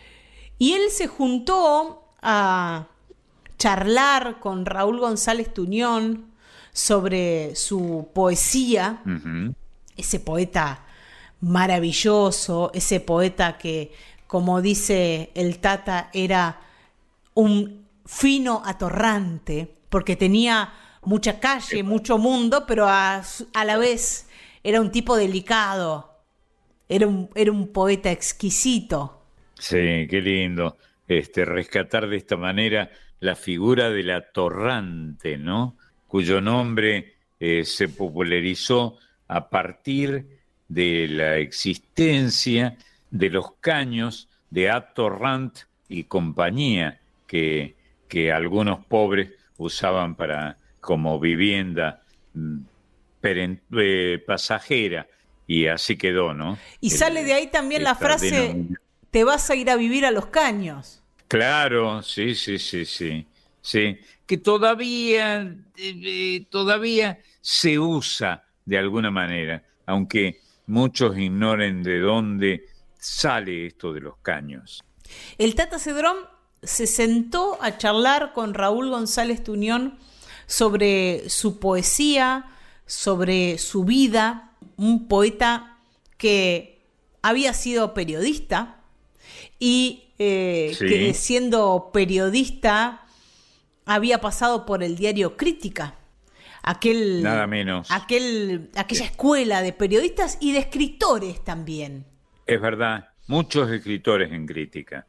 Y él se juntó a charlar con Raúl González Tuñón sobre su poesía. Uh-huh. Ese poeta maravilloso, ese poeta que, como dice el Tata, era un fino atorrante, porque tenía mucha calle, mucho mundo, pero a, a la vez era un tipo delicado, era un, era un poeta exquisito. Sí, qué lindo este, rescatar de esta manera la figura del atorrante, ¿no? Cuyo nombre eh, se popularizó a partir de la existencia de los caños de Atorrant y compañía que, que algunos pobres usaban para, como vivienda peren, eh, pasajera, y así quedó, ¿no? Y El, sale de ahí también la frase, denom- te vas a ir a vivir a los caños. Claro, sí, sí, sí, sí, sí, que todavía, eh, todavía se usa de alguna manera, aunque muchos ignoren de dónde sale esto de los caños. El Tata Cedrón se sentó a charlar con Raúl González Tuñón sobre su poesía, sobre su vida, un poeta que había sido periodista y eh, sí. que siendo periodista había pasado por el diario Crítica. Aquel, Nada menos. Aquel, aquella escuela de periodistas y de escritores también. Es verdad, muchos escritores en Crítica.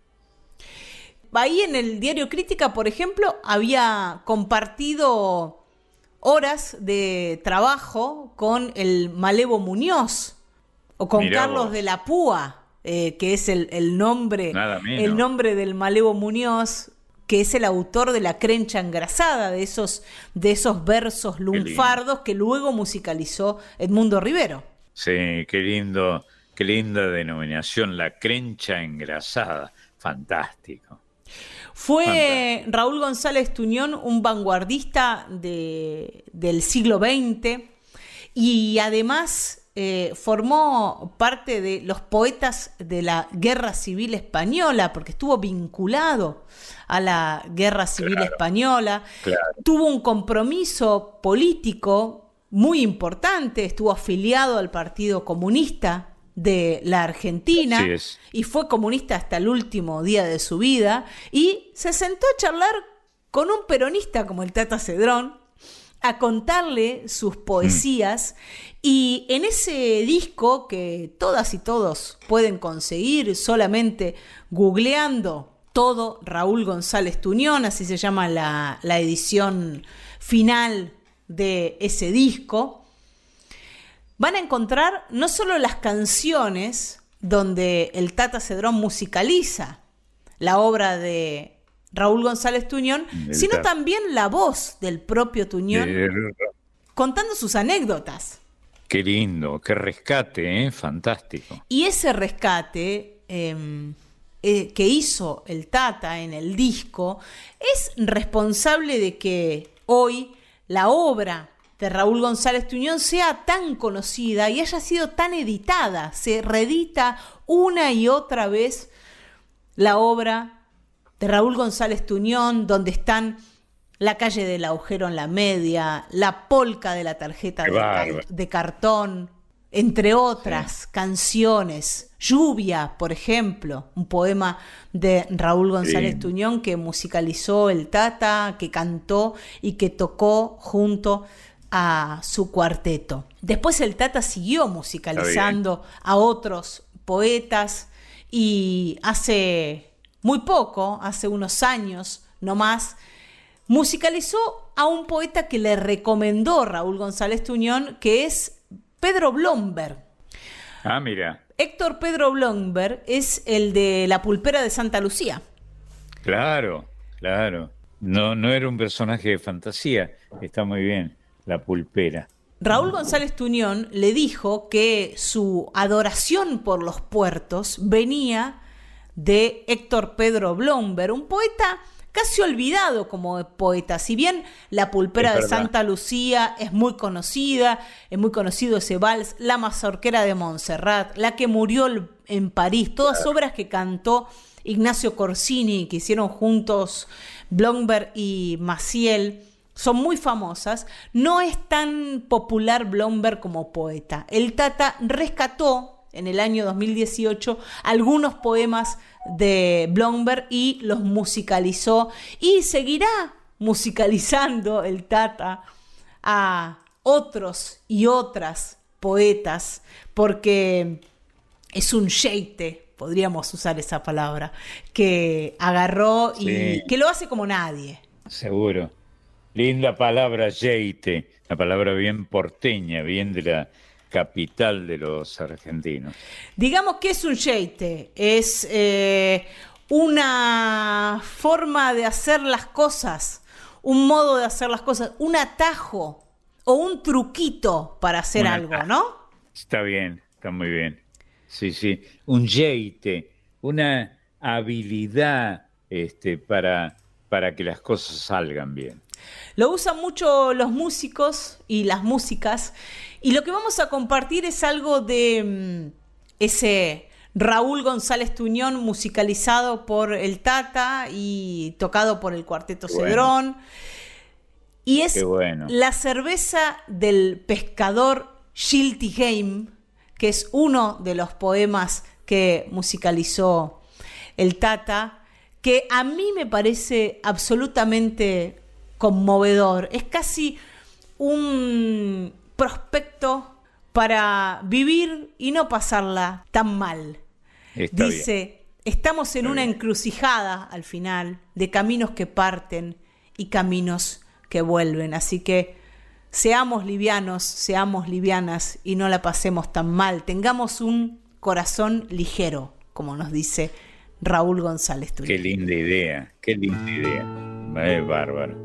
Ahí en el diario Crítica, por ejemplo, había compartido horas de trabajo con el Malevo Muñoz o con Mirá Carlos vos. de la Púa, eh, que es el, el nombre, el nombre del Malevo Muñoz, que es el autor de La Crencha Engrasada, de esos, de esos versos lunfardos que luego musicalizó Edmundo Rivero. Sí, qué lindo, qué linda denominación, La Crencha Engrasada, fantástico. Fue fantástico. Raúl González Tuñón un vanguardista de, del siglo veinte y además eh, formó parte de los poetas de la Guerra Civil Española, porque estuvo vinculado a la Guerra Civil claro, Española, claro. Tuvo un compromiso político muy importante, estuvo afiliado al Partido Comunista de la Argentina. Así es. Y fue comunista hasta el último día de su vida. Y se sentó a charlar con un peronista como el Tata Cedrón, a contarle sus poesías. Mm. Y en ese disco que todas y todos pueden conseguir solamente googleando todo Raúl González Tuñón, así se llama la, la edición final de ese disco, van a encontrar no solo las canciones donde el Tata Cedrón musicaliza la obra de Raúl González Tuñón, el sino tata. también la voz del propio Tuñón el... contando sus anécdotas. Qué lindo, qué rescate, ¿eh? Fantástico. Y ese rescate eh, eh, que hizo el Tata en el disco es responsable de que hoy la obra de Raúl González Tuñón sea tan conocida y haya sido tan editada. Se reedita una y otra vez la obra de Raúl González Tuñón, donde están La calle del agujero en la media, La polca de la tarjeta de, car- de cartón, entre otras sí. canciones. Lluvia, por ejemplo, un poema de Raúl González sí. Tuñón que musicalizó el Tata, que cantó y que tocó junto a su cuarteto. Después el Tata siguió musicalizando a otros poetas y hace muy poco, hace unos años no más, musicalizó a un poeta que le recomendó Raúl González Tuñón, que es Pedro Blomberg. Ah, mira. Héctor Pedro Blomberg es el de La pulpera de Santa Lucía. Claro, claro. No, no era un personaje de fantasía. Está muy bien, La pulpera. Raúl González Tuñón le dijo que su adoración por los puertos venía de Héctor Pedro Blomberg, un poeta casi olvidado como poeta. Si bien La pulpera de Santa Lucía es muy conocida, es muy conocido ese vals, La mazorquera de Montserrat, La que murió en París, todas claro. obras que cantó Ignacio Corsini, que hicieron juntos Blomberg y Maciel, son muy famosas. No es tan popular Blomberg como poeta. El Tata rescató en el año dos mil dieciocho algunos poemas de Blomberg y los musicalizó, y seguirá musicalizando el Tata a otros y otras poetas, porque es un yeite, podríamos usar esa palabra, que agarró y sí. que lo hace como nadie. Seguro. Linda palabra, yeite, la palabra bien porteña, bien de la capital de los argentinos. Digamos que es un yeite, es eh, una forma de hacer las cosas, un modo de hacer las cosas, un atajo o un truquito para hacer una, algo, ¿no? Está bien, está muy bien. Sí, sí, un yeite, una habilidad este, para, para que las cosas salgan bien. Lo usan mucho los músicos y las músicas, y lo que vamos a compartir es algo de um, ese Raúl González Tuñón musicalizado por el Tata y tocado por el Cuarteto bueno. Cedrón. Y es bueno. La cerveza del pescador Shilty Game, que es uno de los poemas que musicalizó el Tata, que a mí me parece absolutamente conmovedor. Es casi un prospecto para vivir y no pasarla tan mal. Está Dice, bien. Estamos en Está una bien. encrucijada al final de caminos que parten y caminos que vuelven. Así que seamos livianos, seamos livianas y no la pasemos tan mal. Tengamos un corazón ligero, como nos dice Raúl González Tuñón. Qué linda idea, qué linda idea. Es bárbaro.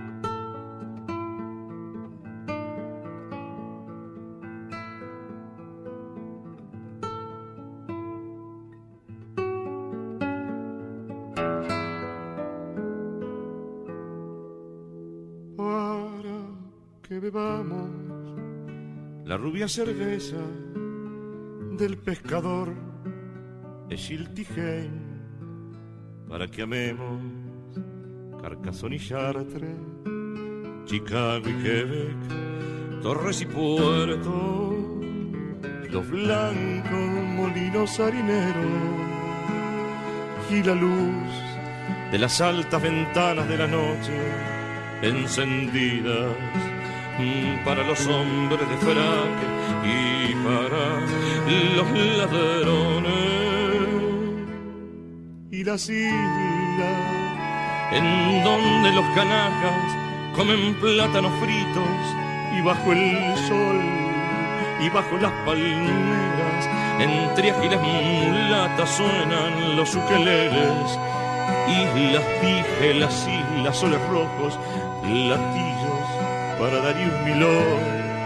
Bebamos la rubia cerveza del pescador de Schiltigheim, para que amemos Carcassonne y Chartres, Chicago y Quebec, Torres y Puerto, los blancos molinos harineros y la luz de las altas ventanas de la noche encendidas para los hombres de fraque y para los ladrones, y las islas en donde los canacas comen plátanos fritos y bajo el sol y bajo las palmeras entre ágiles mulatas suenan los ukeleles. Islas, dije, las islas, soles rojos, latillos para Darío Milón.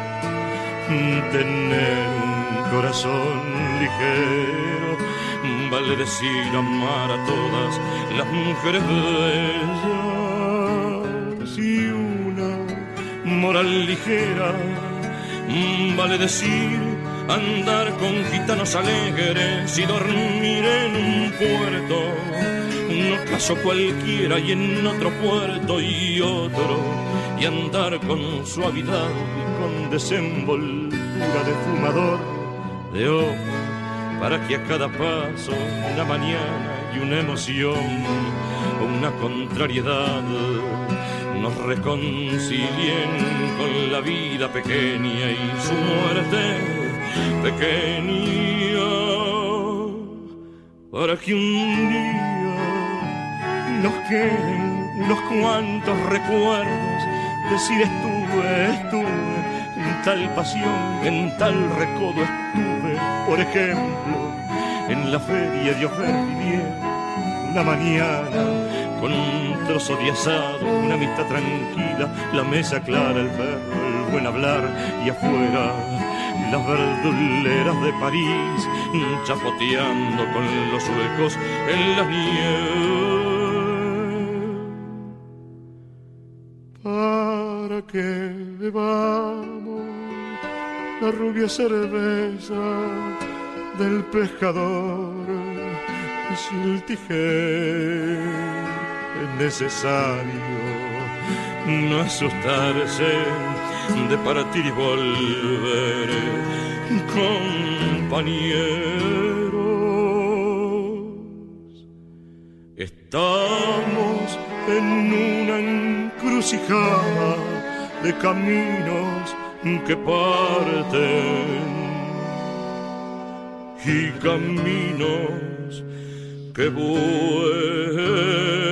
Tener un corazón ligero vale decir amar a todas las mujeres bellas, y una moral ligera vale decir andar con gitanos alegres y dormir en un puerto, un ocaso cualquiera y en otro puerto y otro, y andar con suavidad y con desenvoltura de fumador de ojo, para que a cada paso una mañana y una emoción o una contrariedad nos reconcilien con la vida pequeña y su muerte pequeña, para que un día nos queden unos cuantos recuerdos, decir estuve, estuve en tal pasión, en tal recodo estuve, por ejemplo, en la feria de Ofervivier, una mañana con un trozo de asado, una amistad tranquila, la mesa clara, el perro, el buen hablar, y afuera las verduleras de París, chapoteando con los suecos en la nieve. Para que bebamos la rubia cerveza del pescador, si el tijer es necesario no asustarse de partir y volver, compañeros. Estamos en una encrucijada de caminos que parten y caminos que vuelven.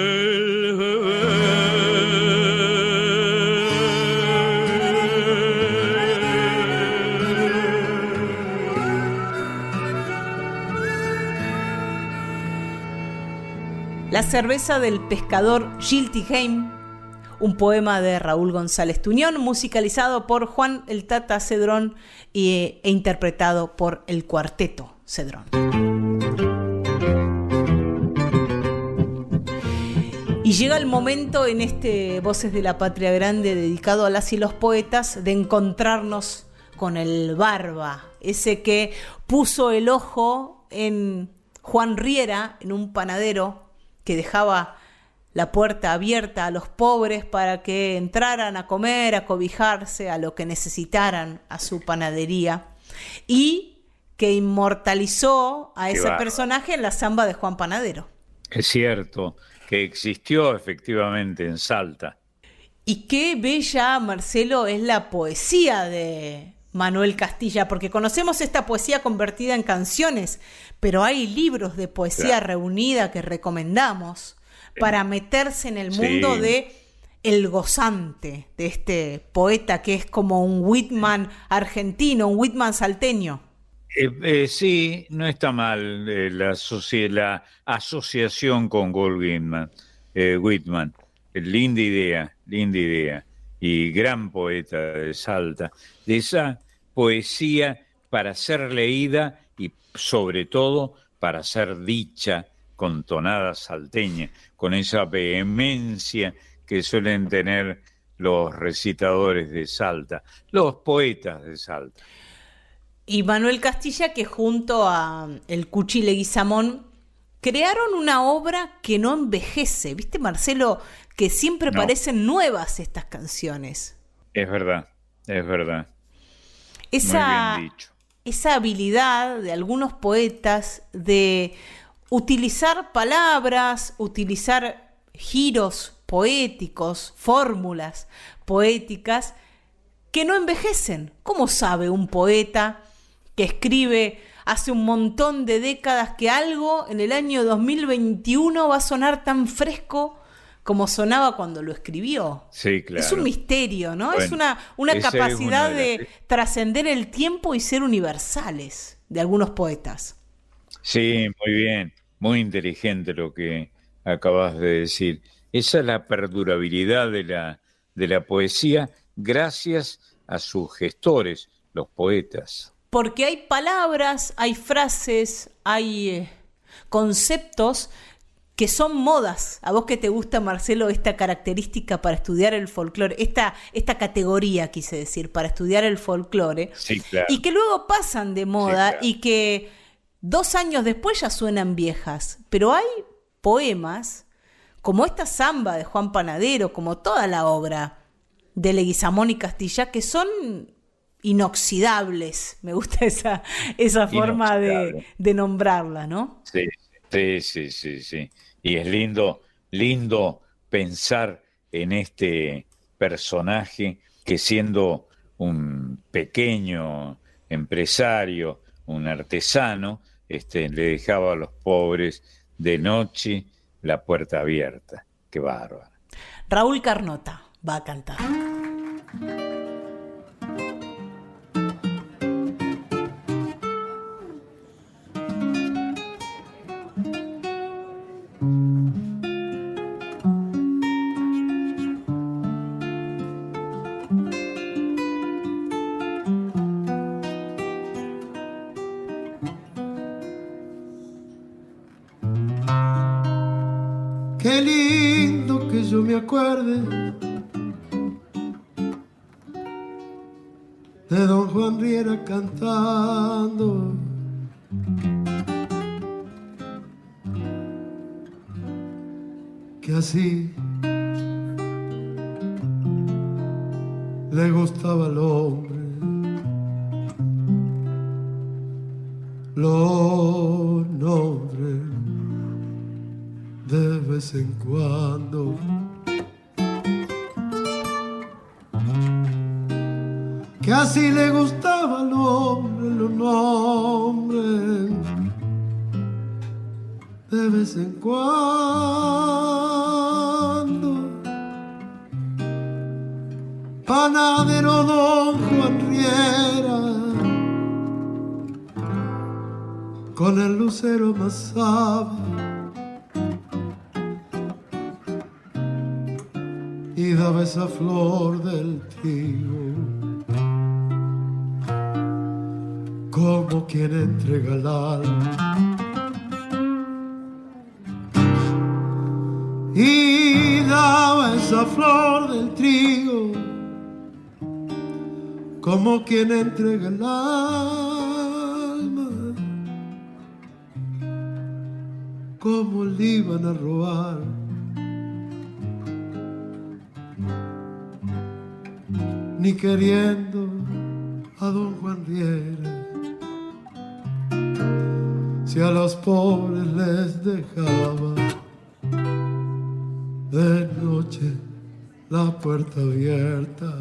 La cerveza del pescador Schiltigheim, un poema de Raúl González Tuñón, musicalizado por Juan el Tata Cedrón e, e interpretado por el Cuarteto Cedrón. Y llega el momento en este Voces de la Patria Grande dedicado a las y los poetas de encontrarnos con el Barba, ese que puso el ojo en Juan Riera, en un panadero que dejaba la puerta abierta a los pobres para que entraran a comer, a cobijarse, a lo que necesitaran a su panadería, y que inmortalizó a ese bárbaro personaje en la samba de Juan Panadero. Es cierto que existió efectivamente en Salta. Y qué bella, Marcelo, es la poesía de Manuel Castilla, porque conocemos esta poesía convertida en canciones, pero hay libros de poesía claro. reunida que recomendamos para meterse en el mundo sí. de El Gozante, de este poeta que es como un Whitman argentino, un Whitman salteño. Eh, eh, sí, no está mal eh, la, asoci- la asociación con Walt Whitman. Eh, Whitman. Eh, linda idea, linda idea. Y gran poeta de Salta. De esa poesía para ser leída y sobre todo para ser dicha con tonada salteña, con esa vehemencia que suelen tener los recitadores de Salta, los poetas de Salta. Y Manuel Castilla, que junto a el Cuchi Leguizamón crearon una obra que no envejece, ¿viste, Marcelo? Que siempre no. parecen nuevas estas canciones. Es verdad, es verdad. Esa, Muy bien dicho. esa habilidad de algunos poetas de utilizar palabras, utilizar giros poéticos, fórmulas poéticas que no envejecen. ¿Cómo sabe un poeta que escribe hace un montón de décadas que algo en el año dos mil veintiuno va a sonar tan fresco como sonaba cuando lo escribió? Sí, claro. Es un misterio, ¿no? Bueno, es una, una capacidad es una de, de trascender el tiempo y ser universales de algunos poetas. Sí, muy bien, muy inteligente lo que acabas de decir. Esa es la perdurabilidad de la, de la poesía gracias a sus gestores, los poetas. Porque hay palabras, hay frases, hay eh, conceptos que son modas. A vos que te gusta, Marcelo, esta característica para estudiar el folclore, esta, esta categoría, quise decir, para estudiar el folclore, sí, claro. Y que luego pasan de moda, sí, claro. Y que dos años después ya suenan viejas. Pero hay poemas, como esta samba de Juan Panadero, como toda la obra de Leguizamón y Castilla, que son inoxidables. Me gusta esa, esa forma de, de nombrarla, ¿no? Sí, sí, sí, sí, sí. Y es lindo, lindo pensar en este personaje que, siendo un pequeño empresario, un artesano, este, le dejaba a los pobres de noche la puerta abierta. Qué bárbaro. Raúl Carnota va a cantar. Qué lindo que yo me acuerde de don Juan Riera cantando. Que así le gustaba al hombre los nombres de vez en cuando. Que así le gustaba al hombre los nombres de vez en cuando. Panadero don Juan Riera con el lucero amasaba y daba esa flor del trigo como quien entrega el alma. Y daba esa flor del trigo como quien entrega el alma. Como le iban a robar ni queriendo a don Juan Riera, si a los pobres les dejaba de noche la puerta abierta.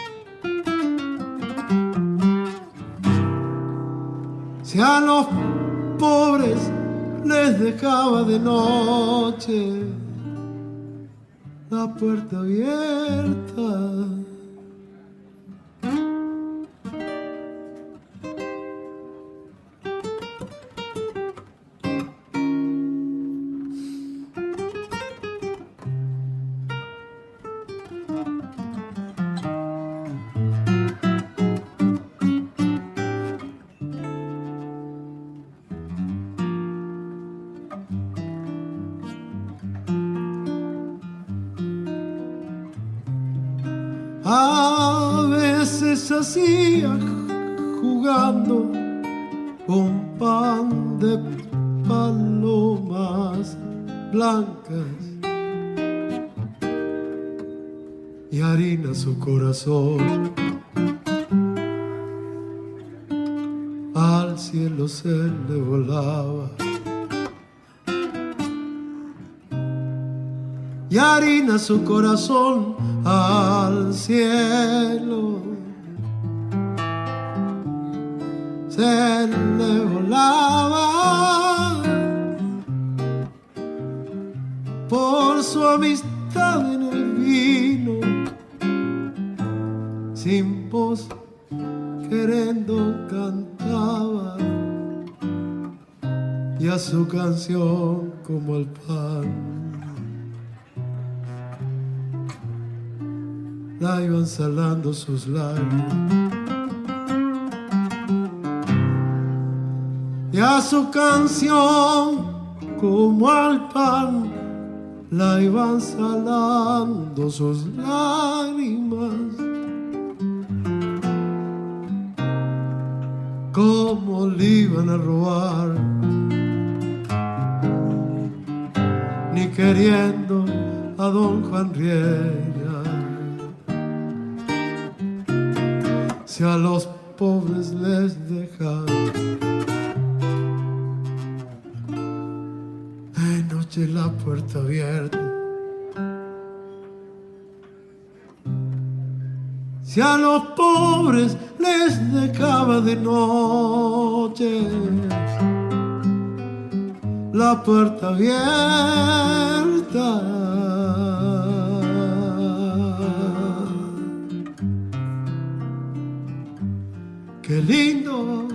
Si a los pobres les dejaba de noche la puerta abierta. A veces hacía jugando un pan de palomas blancas y harina su corazón. cielo se le volaba. Y harina su corazón al cielo. Se le volaba por su amistad en el vino, sin voz queriendo cantaba, y a su canción como el pan la iban salando sus lágrimas, y a su canción como al pan la iban salando sus lágrimas. Como le iban a robar, ni queriendo a don Juan Riera, si a los pobres les dejan de noche la puerta abierta, si a los pobres les dejaba de noche la puerta abierta. Qué lindo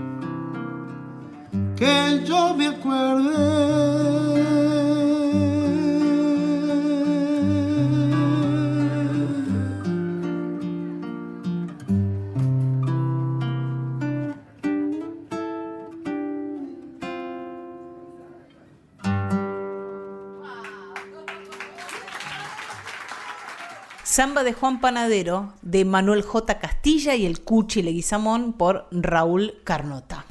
que yo me acuerde Samba de Juan Panadero, de Manuel J. Castilla, y el Cuchi Leguizamón por Raúl Carnota.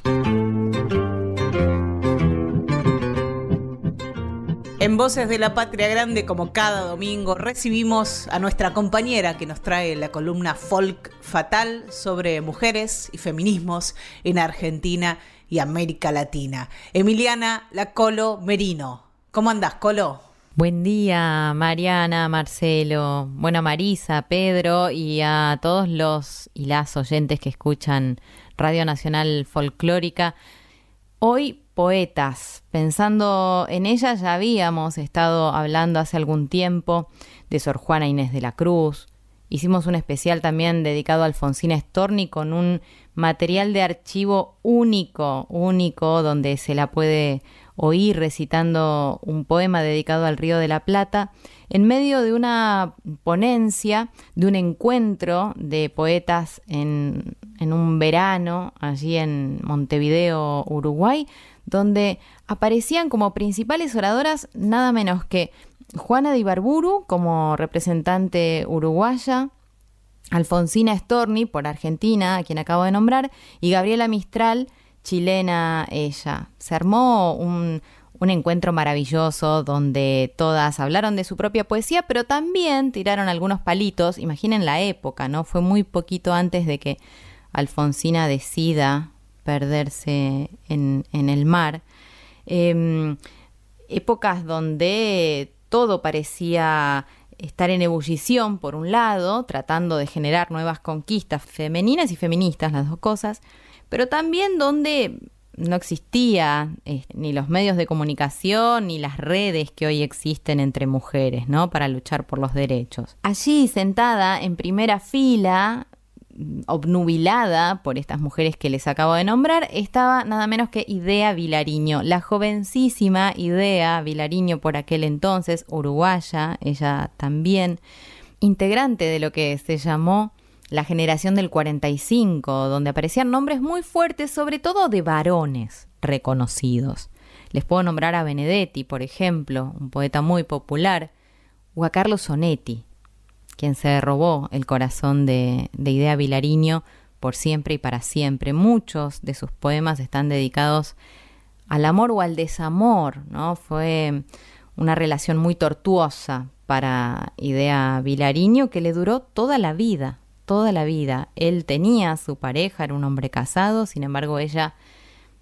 En Voces de la Patria Grande, como cada domingo, recibimos a nuestra compañera que nos trae la columna Folk Fatal sobre mujeres y feminismos en Argentina y América Latina. Emiliana La Colo Merino. ¿Cómo andás, Colo? Buen día, Mariana, Marcelo, bueno, Marisa, Pedro y a todos los y las oyentes que escuchan Radio Nacional Folclórica. Hoy, poetas. Pensando en ellas, ya habíamos estado hablando hace algún tiempo de Sor Juana Inés de la Cruz. Hicimos un especial también dedicado a Alfonsina Storni con un material de archivo único, único, donde se la puede oír recitando un poema dedicado al Río de la Plata, en medio de una ponencia, de un encuentro de poetas en, en un verano, allí en Montevideo, Uruguay, donde aparecían como principales oradoras nada menos que Juana de Ibarburu como representante uruguaya, Alfonsina Storni por Argentina, a quien acabo de nombrar, y Gabriela Mistral, chilena ella. Se armó un, un encuentro maravilloso donde todas hablaron de su propia poesía, pero también tiraron algunos palitos. Imaginen la época, ¿no? Fue muy poquito antes de que Alfonsina decida perderse en, en el mar. Eh, épocas donde todo parecía estar en ebullición, por un lado, tratando de generar nuevas conquistas femeninas y feministas, las dos cosas, pero también donde no existía eh, ni los medios de comunicación ni las redes que hoy existen entre mujeres, ¿no?, para luchar por los derechos. Allí, sentada en primera fila, obnubilada por estas mujeres que les acabo de nombrar, estaba nada menos que Idea Vilariño, la jovencísima Idea Vilariño, por aquel entonces, uruguaya, ella también, integrante de lo que se llamó la generación del cuarenta y cinco, donde aparecían nombres muy fuertes, sobre todo de varones reconocidos. Les puedo nombrar a Benedetti, por ejemplo, un poeta muy popular, o a Carlos Onetti, quien se robó el corazón de, de Idea Vilariño por siempre y para siempre. Muchos de sus poemas están dedicados al amor o al desamor, ¿no? Fue una relación muy tortuosa para Idea Vilariño, que le duró toda la vida, toda la vida. Él tenía a su pareja, era un hombre casado, sin embargo ella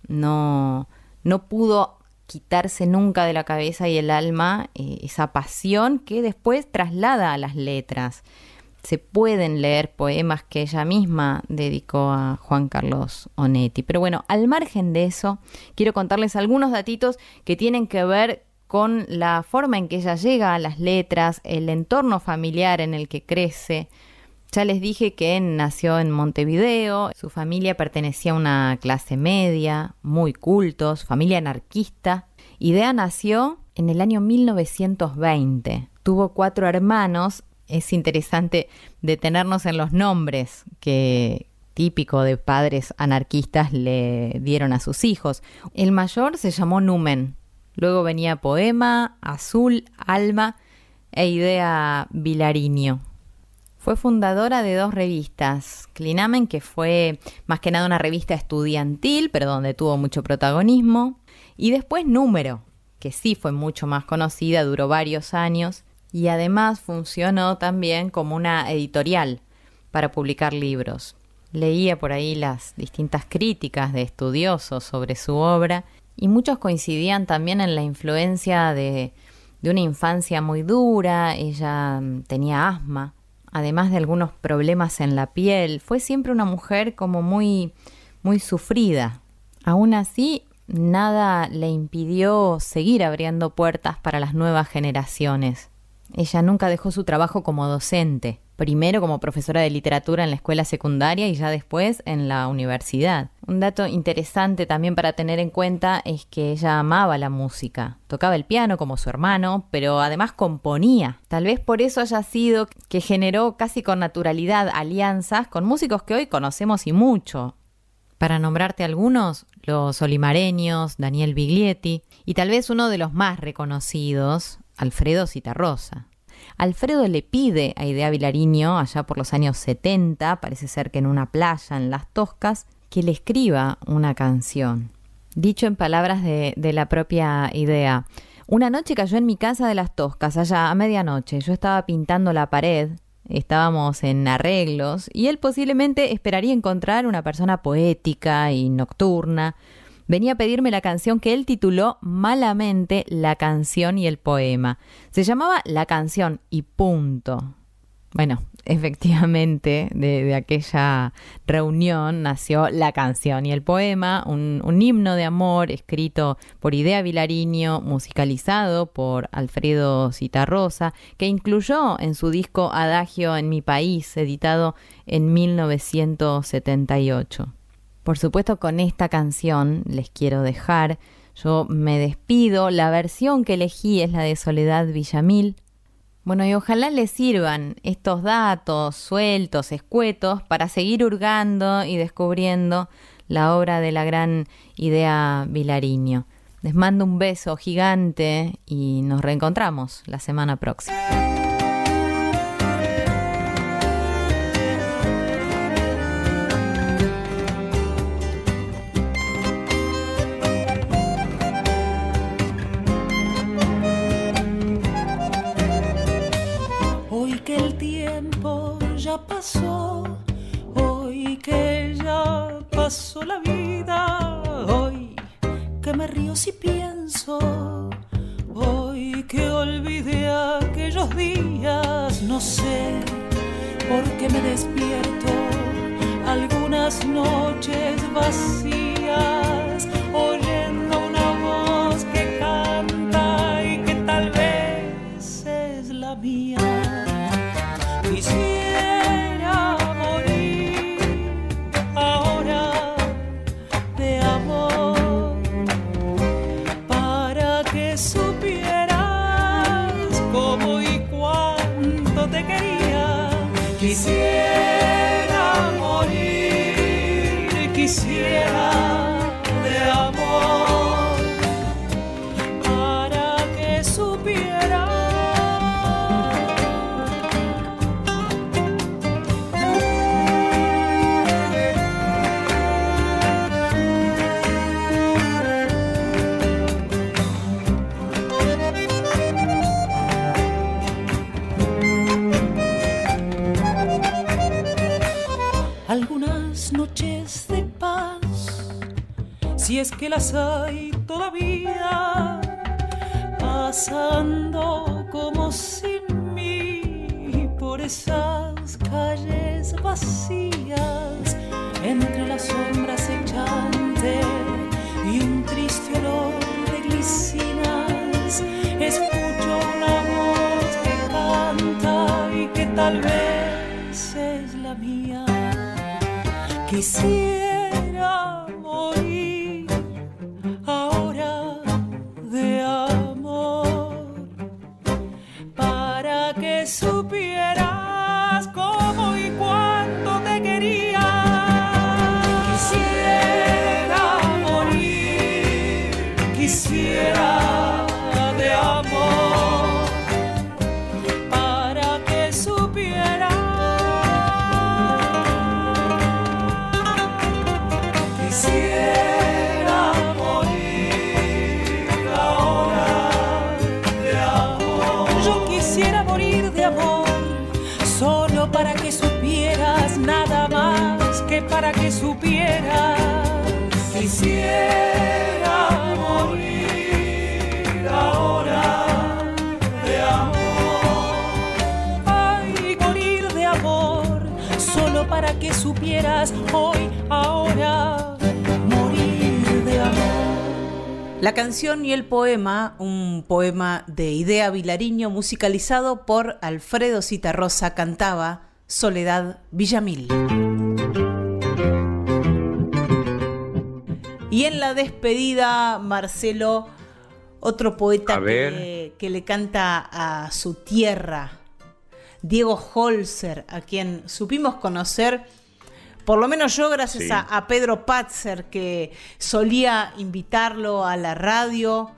no, no pudo quitarse nunca de la cabeza y el alma eh, esa pasión que después traslada a las letras. Se pueden leer poemas que ella misma dedicó a Juan Carlos Onetti. Pero bueno, al margen de eso, quiero contarles algunos datitos que tienen que ver con la forma en que ella llega a las letras, el entorno familiar en el que crece. Ya les dije que nació en Montevideo, su familia pertenecía a una clase media, muy cultos, familia anarquista. Idea nació en el año mil novecientos veinte. Tuvo cuatro hermanos. Es interesante detenernos en los nombres que, típico de padres anarquistas, le dieron a sus hijos. El mayor se llamó Numen, luego venía Poema, Azul, Alma e Idea Vilariño. Fue fundadora de dos revistas, Clinamen, que fue más que nada una revista estudiantil, pero donde tuvo mucho protagonismo, y después Número, que sí fue mucho más conocida, duró varios años, y además funcionó también como una editorial para publicar libros. Leía por ahí las distintas críticas de estudiosos sobre su obra, y muchos coincidían también en la influencia de, de una infancia muy dura. Ella tenía asma, además de algunos problemas en la piel. Fue siempre una mujer como muy, muy sufrida. Aún así, nada le impidió seguir abriendo puertas para las nuevas generaciones. Ella nunca dejó su trabajo como docente, primero como profesora de literatura en la escuela secundaria y ya después en la universidad. Un dato interesante también para tener en cuenta es que ella amaba la música. Tocaba el piano como su hermano, pero además componía. Tal vez por eso haya sido que generó casi con naturalidad alianzas con músicos que hoy conocemos y mucho. Para nombrarte algunos, los olimareños, Daniel Biglietti y tal vez uno de los más reconocidos, Alfredo Zitarrosa. Alfredo le pide a Idea Vilariño, allá por los años setenta, parece ser que en una playa en Las Toscas, que le escriba una canción. Dicho en palabras de, de la propia Idea: una noche cayó en mi casa de Las Toscas, allá a medianoche. Yo estaba pintando la pared, estábamos en arreglos, y él posiblemente esperaría encontrar una persona poética y nocturna. Venía a pedirme la canción que él tituló malamente La canción y el poema. Se llamaba La canción y punto. Bueno, efectivamente, de, de aquella reunión nació La canción y el poema, un, un himno de amor escrito por Idea Vilariño, musicalizado por Alfredo Zitarrosa, que incluyó en su disco Adagio en mi país, editado en mil novecientos setenta y ocho. Por supuesto, con esta canción les quiero dejar. Yo me despido. La versión que elegí es la de Soledad Villamil. Bueno, y ojalá les sirvan estos datos sueltos, escuetos, para seguir hurgando y descubriendo la obra de la gran Idea Vilariño. Les mando un beso gigante y nos reencontramos la semana próxima. Que el tiempo ya pasó, hoy que ya pasó la vida, hoy que me río si pienso, hoy que olvidé aquellos días, no sé por qué me despierto algunas noches vacías, oyendo una voz que canta y que tal vez es la mía. Quisiera morir ahora de amor, para que supieras cómo y cuánto te quería. Quisiera morir, quisiera de amor, para que supieras. Algunas noches de paz si es que las hay todavía, pasando como sin mí por esas calles vacías, entre las sombras echantes y un triste olor de glicinas, escucho una voz que canta y que tal vez es la mía. Quisiera morir ahora de amor, para que supieras cómo y cuánto te quería. Quisiera morir, quisiera de amor, para que supieras. Quisiera morir ahora de amor. Yo quisiera morir de amor, solo para que supieras, nada más que para que supieras. Quisiera morir ahora de amor. Ay, morir de amor, solo para que supieras hoy, ahora, morir de amor. La canción y el poema, un poema de Idea Vilariño musicalizado por Alfredo Citarrosa, cantaba Soledad Villamil. Y en la despedida, Marcelo, otro poeta que, que le canta a su tierra, Diego Holzer, a quien supimos conocer, por lo menos yo, gracias sí. a, a Pedro Patzer, que solía invitarlo a la radio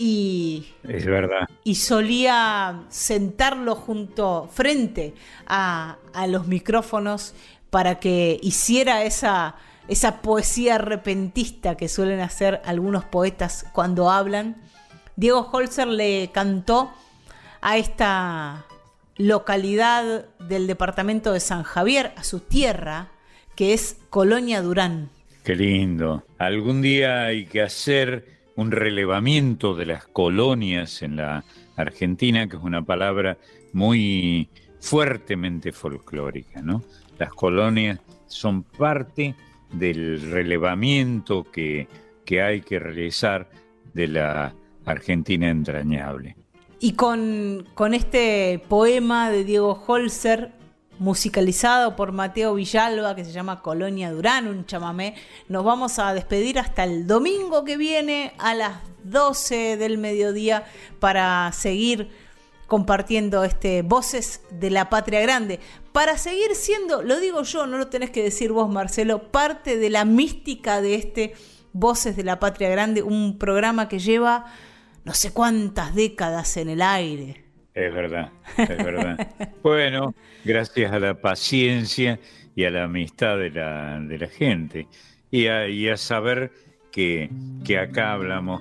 y, es verdad. y solía sentarlo junto, frente a, a los micrófonos para que hiciera esa, esa poesía repentista que suelen hacer algunos poetas cuando hablan. Diego Holzer le cantó a esta localidad del departamento de San Javier, a su tierra, que es Colonia Durán. Qué lindo. Algún día hay que hacer un relevamiento de las colonias en la Argentina, que es una palabra muy fuertemente folclórica, ¿no? Las colonias son parte del relevamiento que, que hay que realizar de la Argentina entrañable. Y con, con este poema de Diego Holzer, musicalizado por Mateo Villalba, que se llama Colonia Durán, un chamamé, nos vamos a despedir hasta el domingo que viene a las doce del mediodía para seguir compartiendo este Voces de la Patria Grande, para seguir siendo, lo digo yo, no lo tenés que decir vos, Marcelo, parte de la mística de este Voces de la Patria Grande, un programa que lleva no sé cuántas décadas en el aire. Es verdad, es verdad. Bueno, gracias a la paciencia y a la amistad de la, de la gente y a, y a saber que, que acá hablamos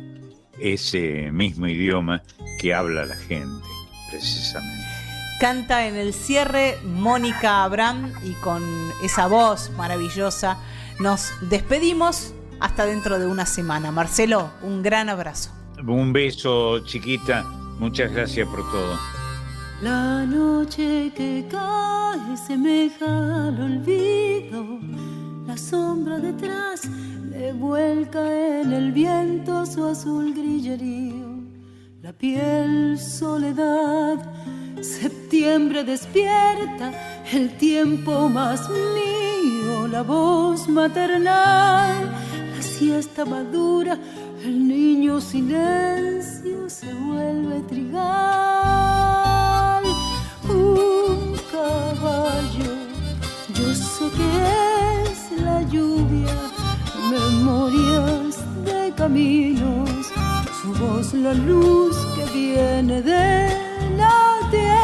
ese mismo idioma que habla la gente, precisamente. Canta en el cierre Mónica Abraham y con esa voz maravillosa nos despedimos hasta dentro de una semana. Marcelo, un gran abrazo. Un beso, chiquita. Muchas gracias por todo. La noche que cae semeja al olvido, la sombra detrás le vuelca en el viento su azul grillerío, la piel soledad, septiembre despierta, el tiempo más mío, la voz maternal, la siesta madura, el niño silencio se vuelve trigal. Un caballo, yo sé que es la lluvia, memorias de caminos, su voz la luz que viene de la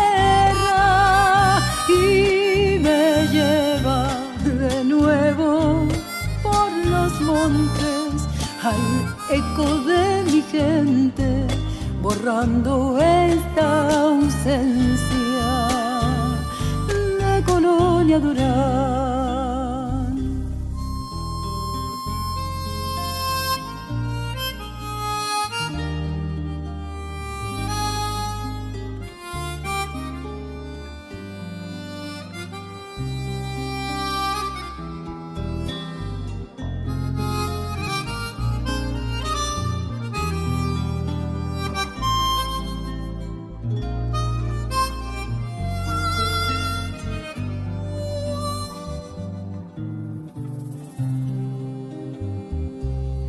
tierra y me lleva de nuevo por los montes al eco de mi gente, borrando esta ausencia de Colonia Durán.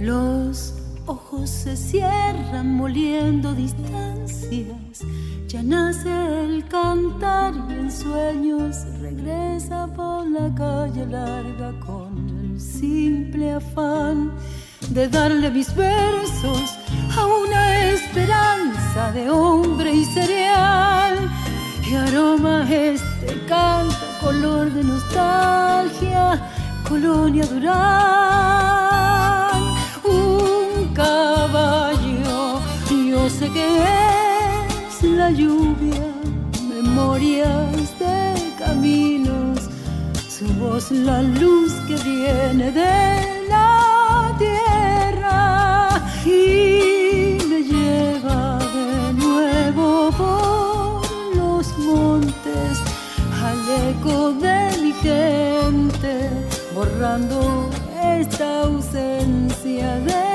Los ojos se cierran moliendo distancias, ya nace el cantar y en sueños regresa por la calle larga con el simple afán de darle mis versos a una esperanza de hombre y cereal. Y aroma este canto, color de nostalgia, Colonia Durán. Un caballo, yo sé que es la lluvia, memorias de caminos, su voz la luz que viene de la tierra y me lleva de nuevo por los montes al eco de mi gente, borrando esta ausencia de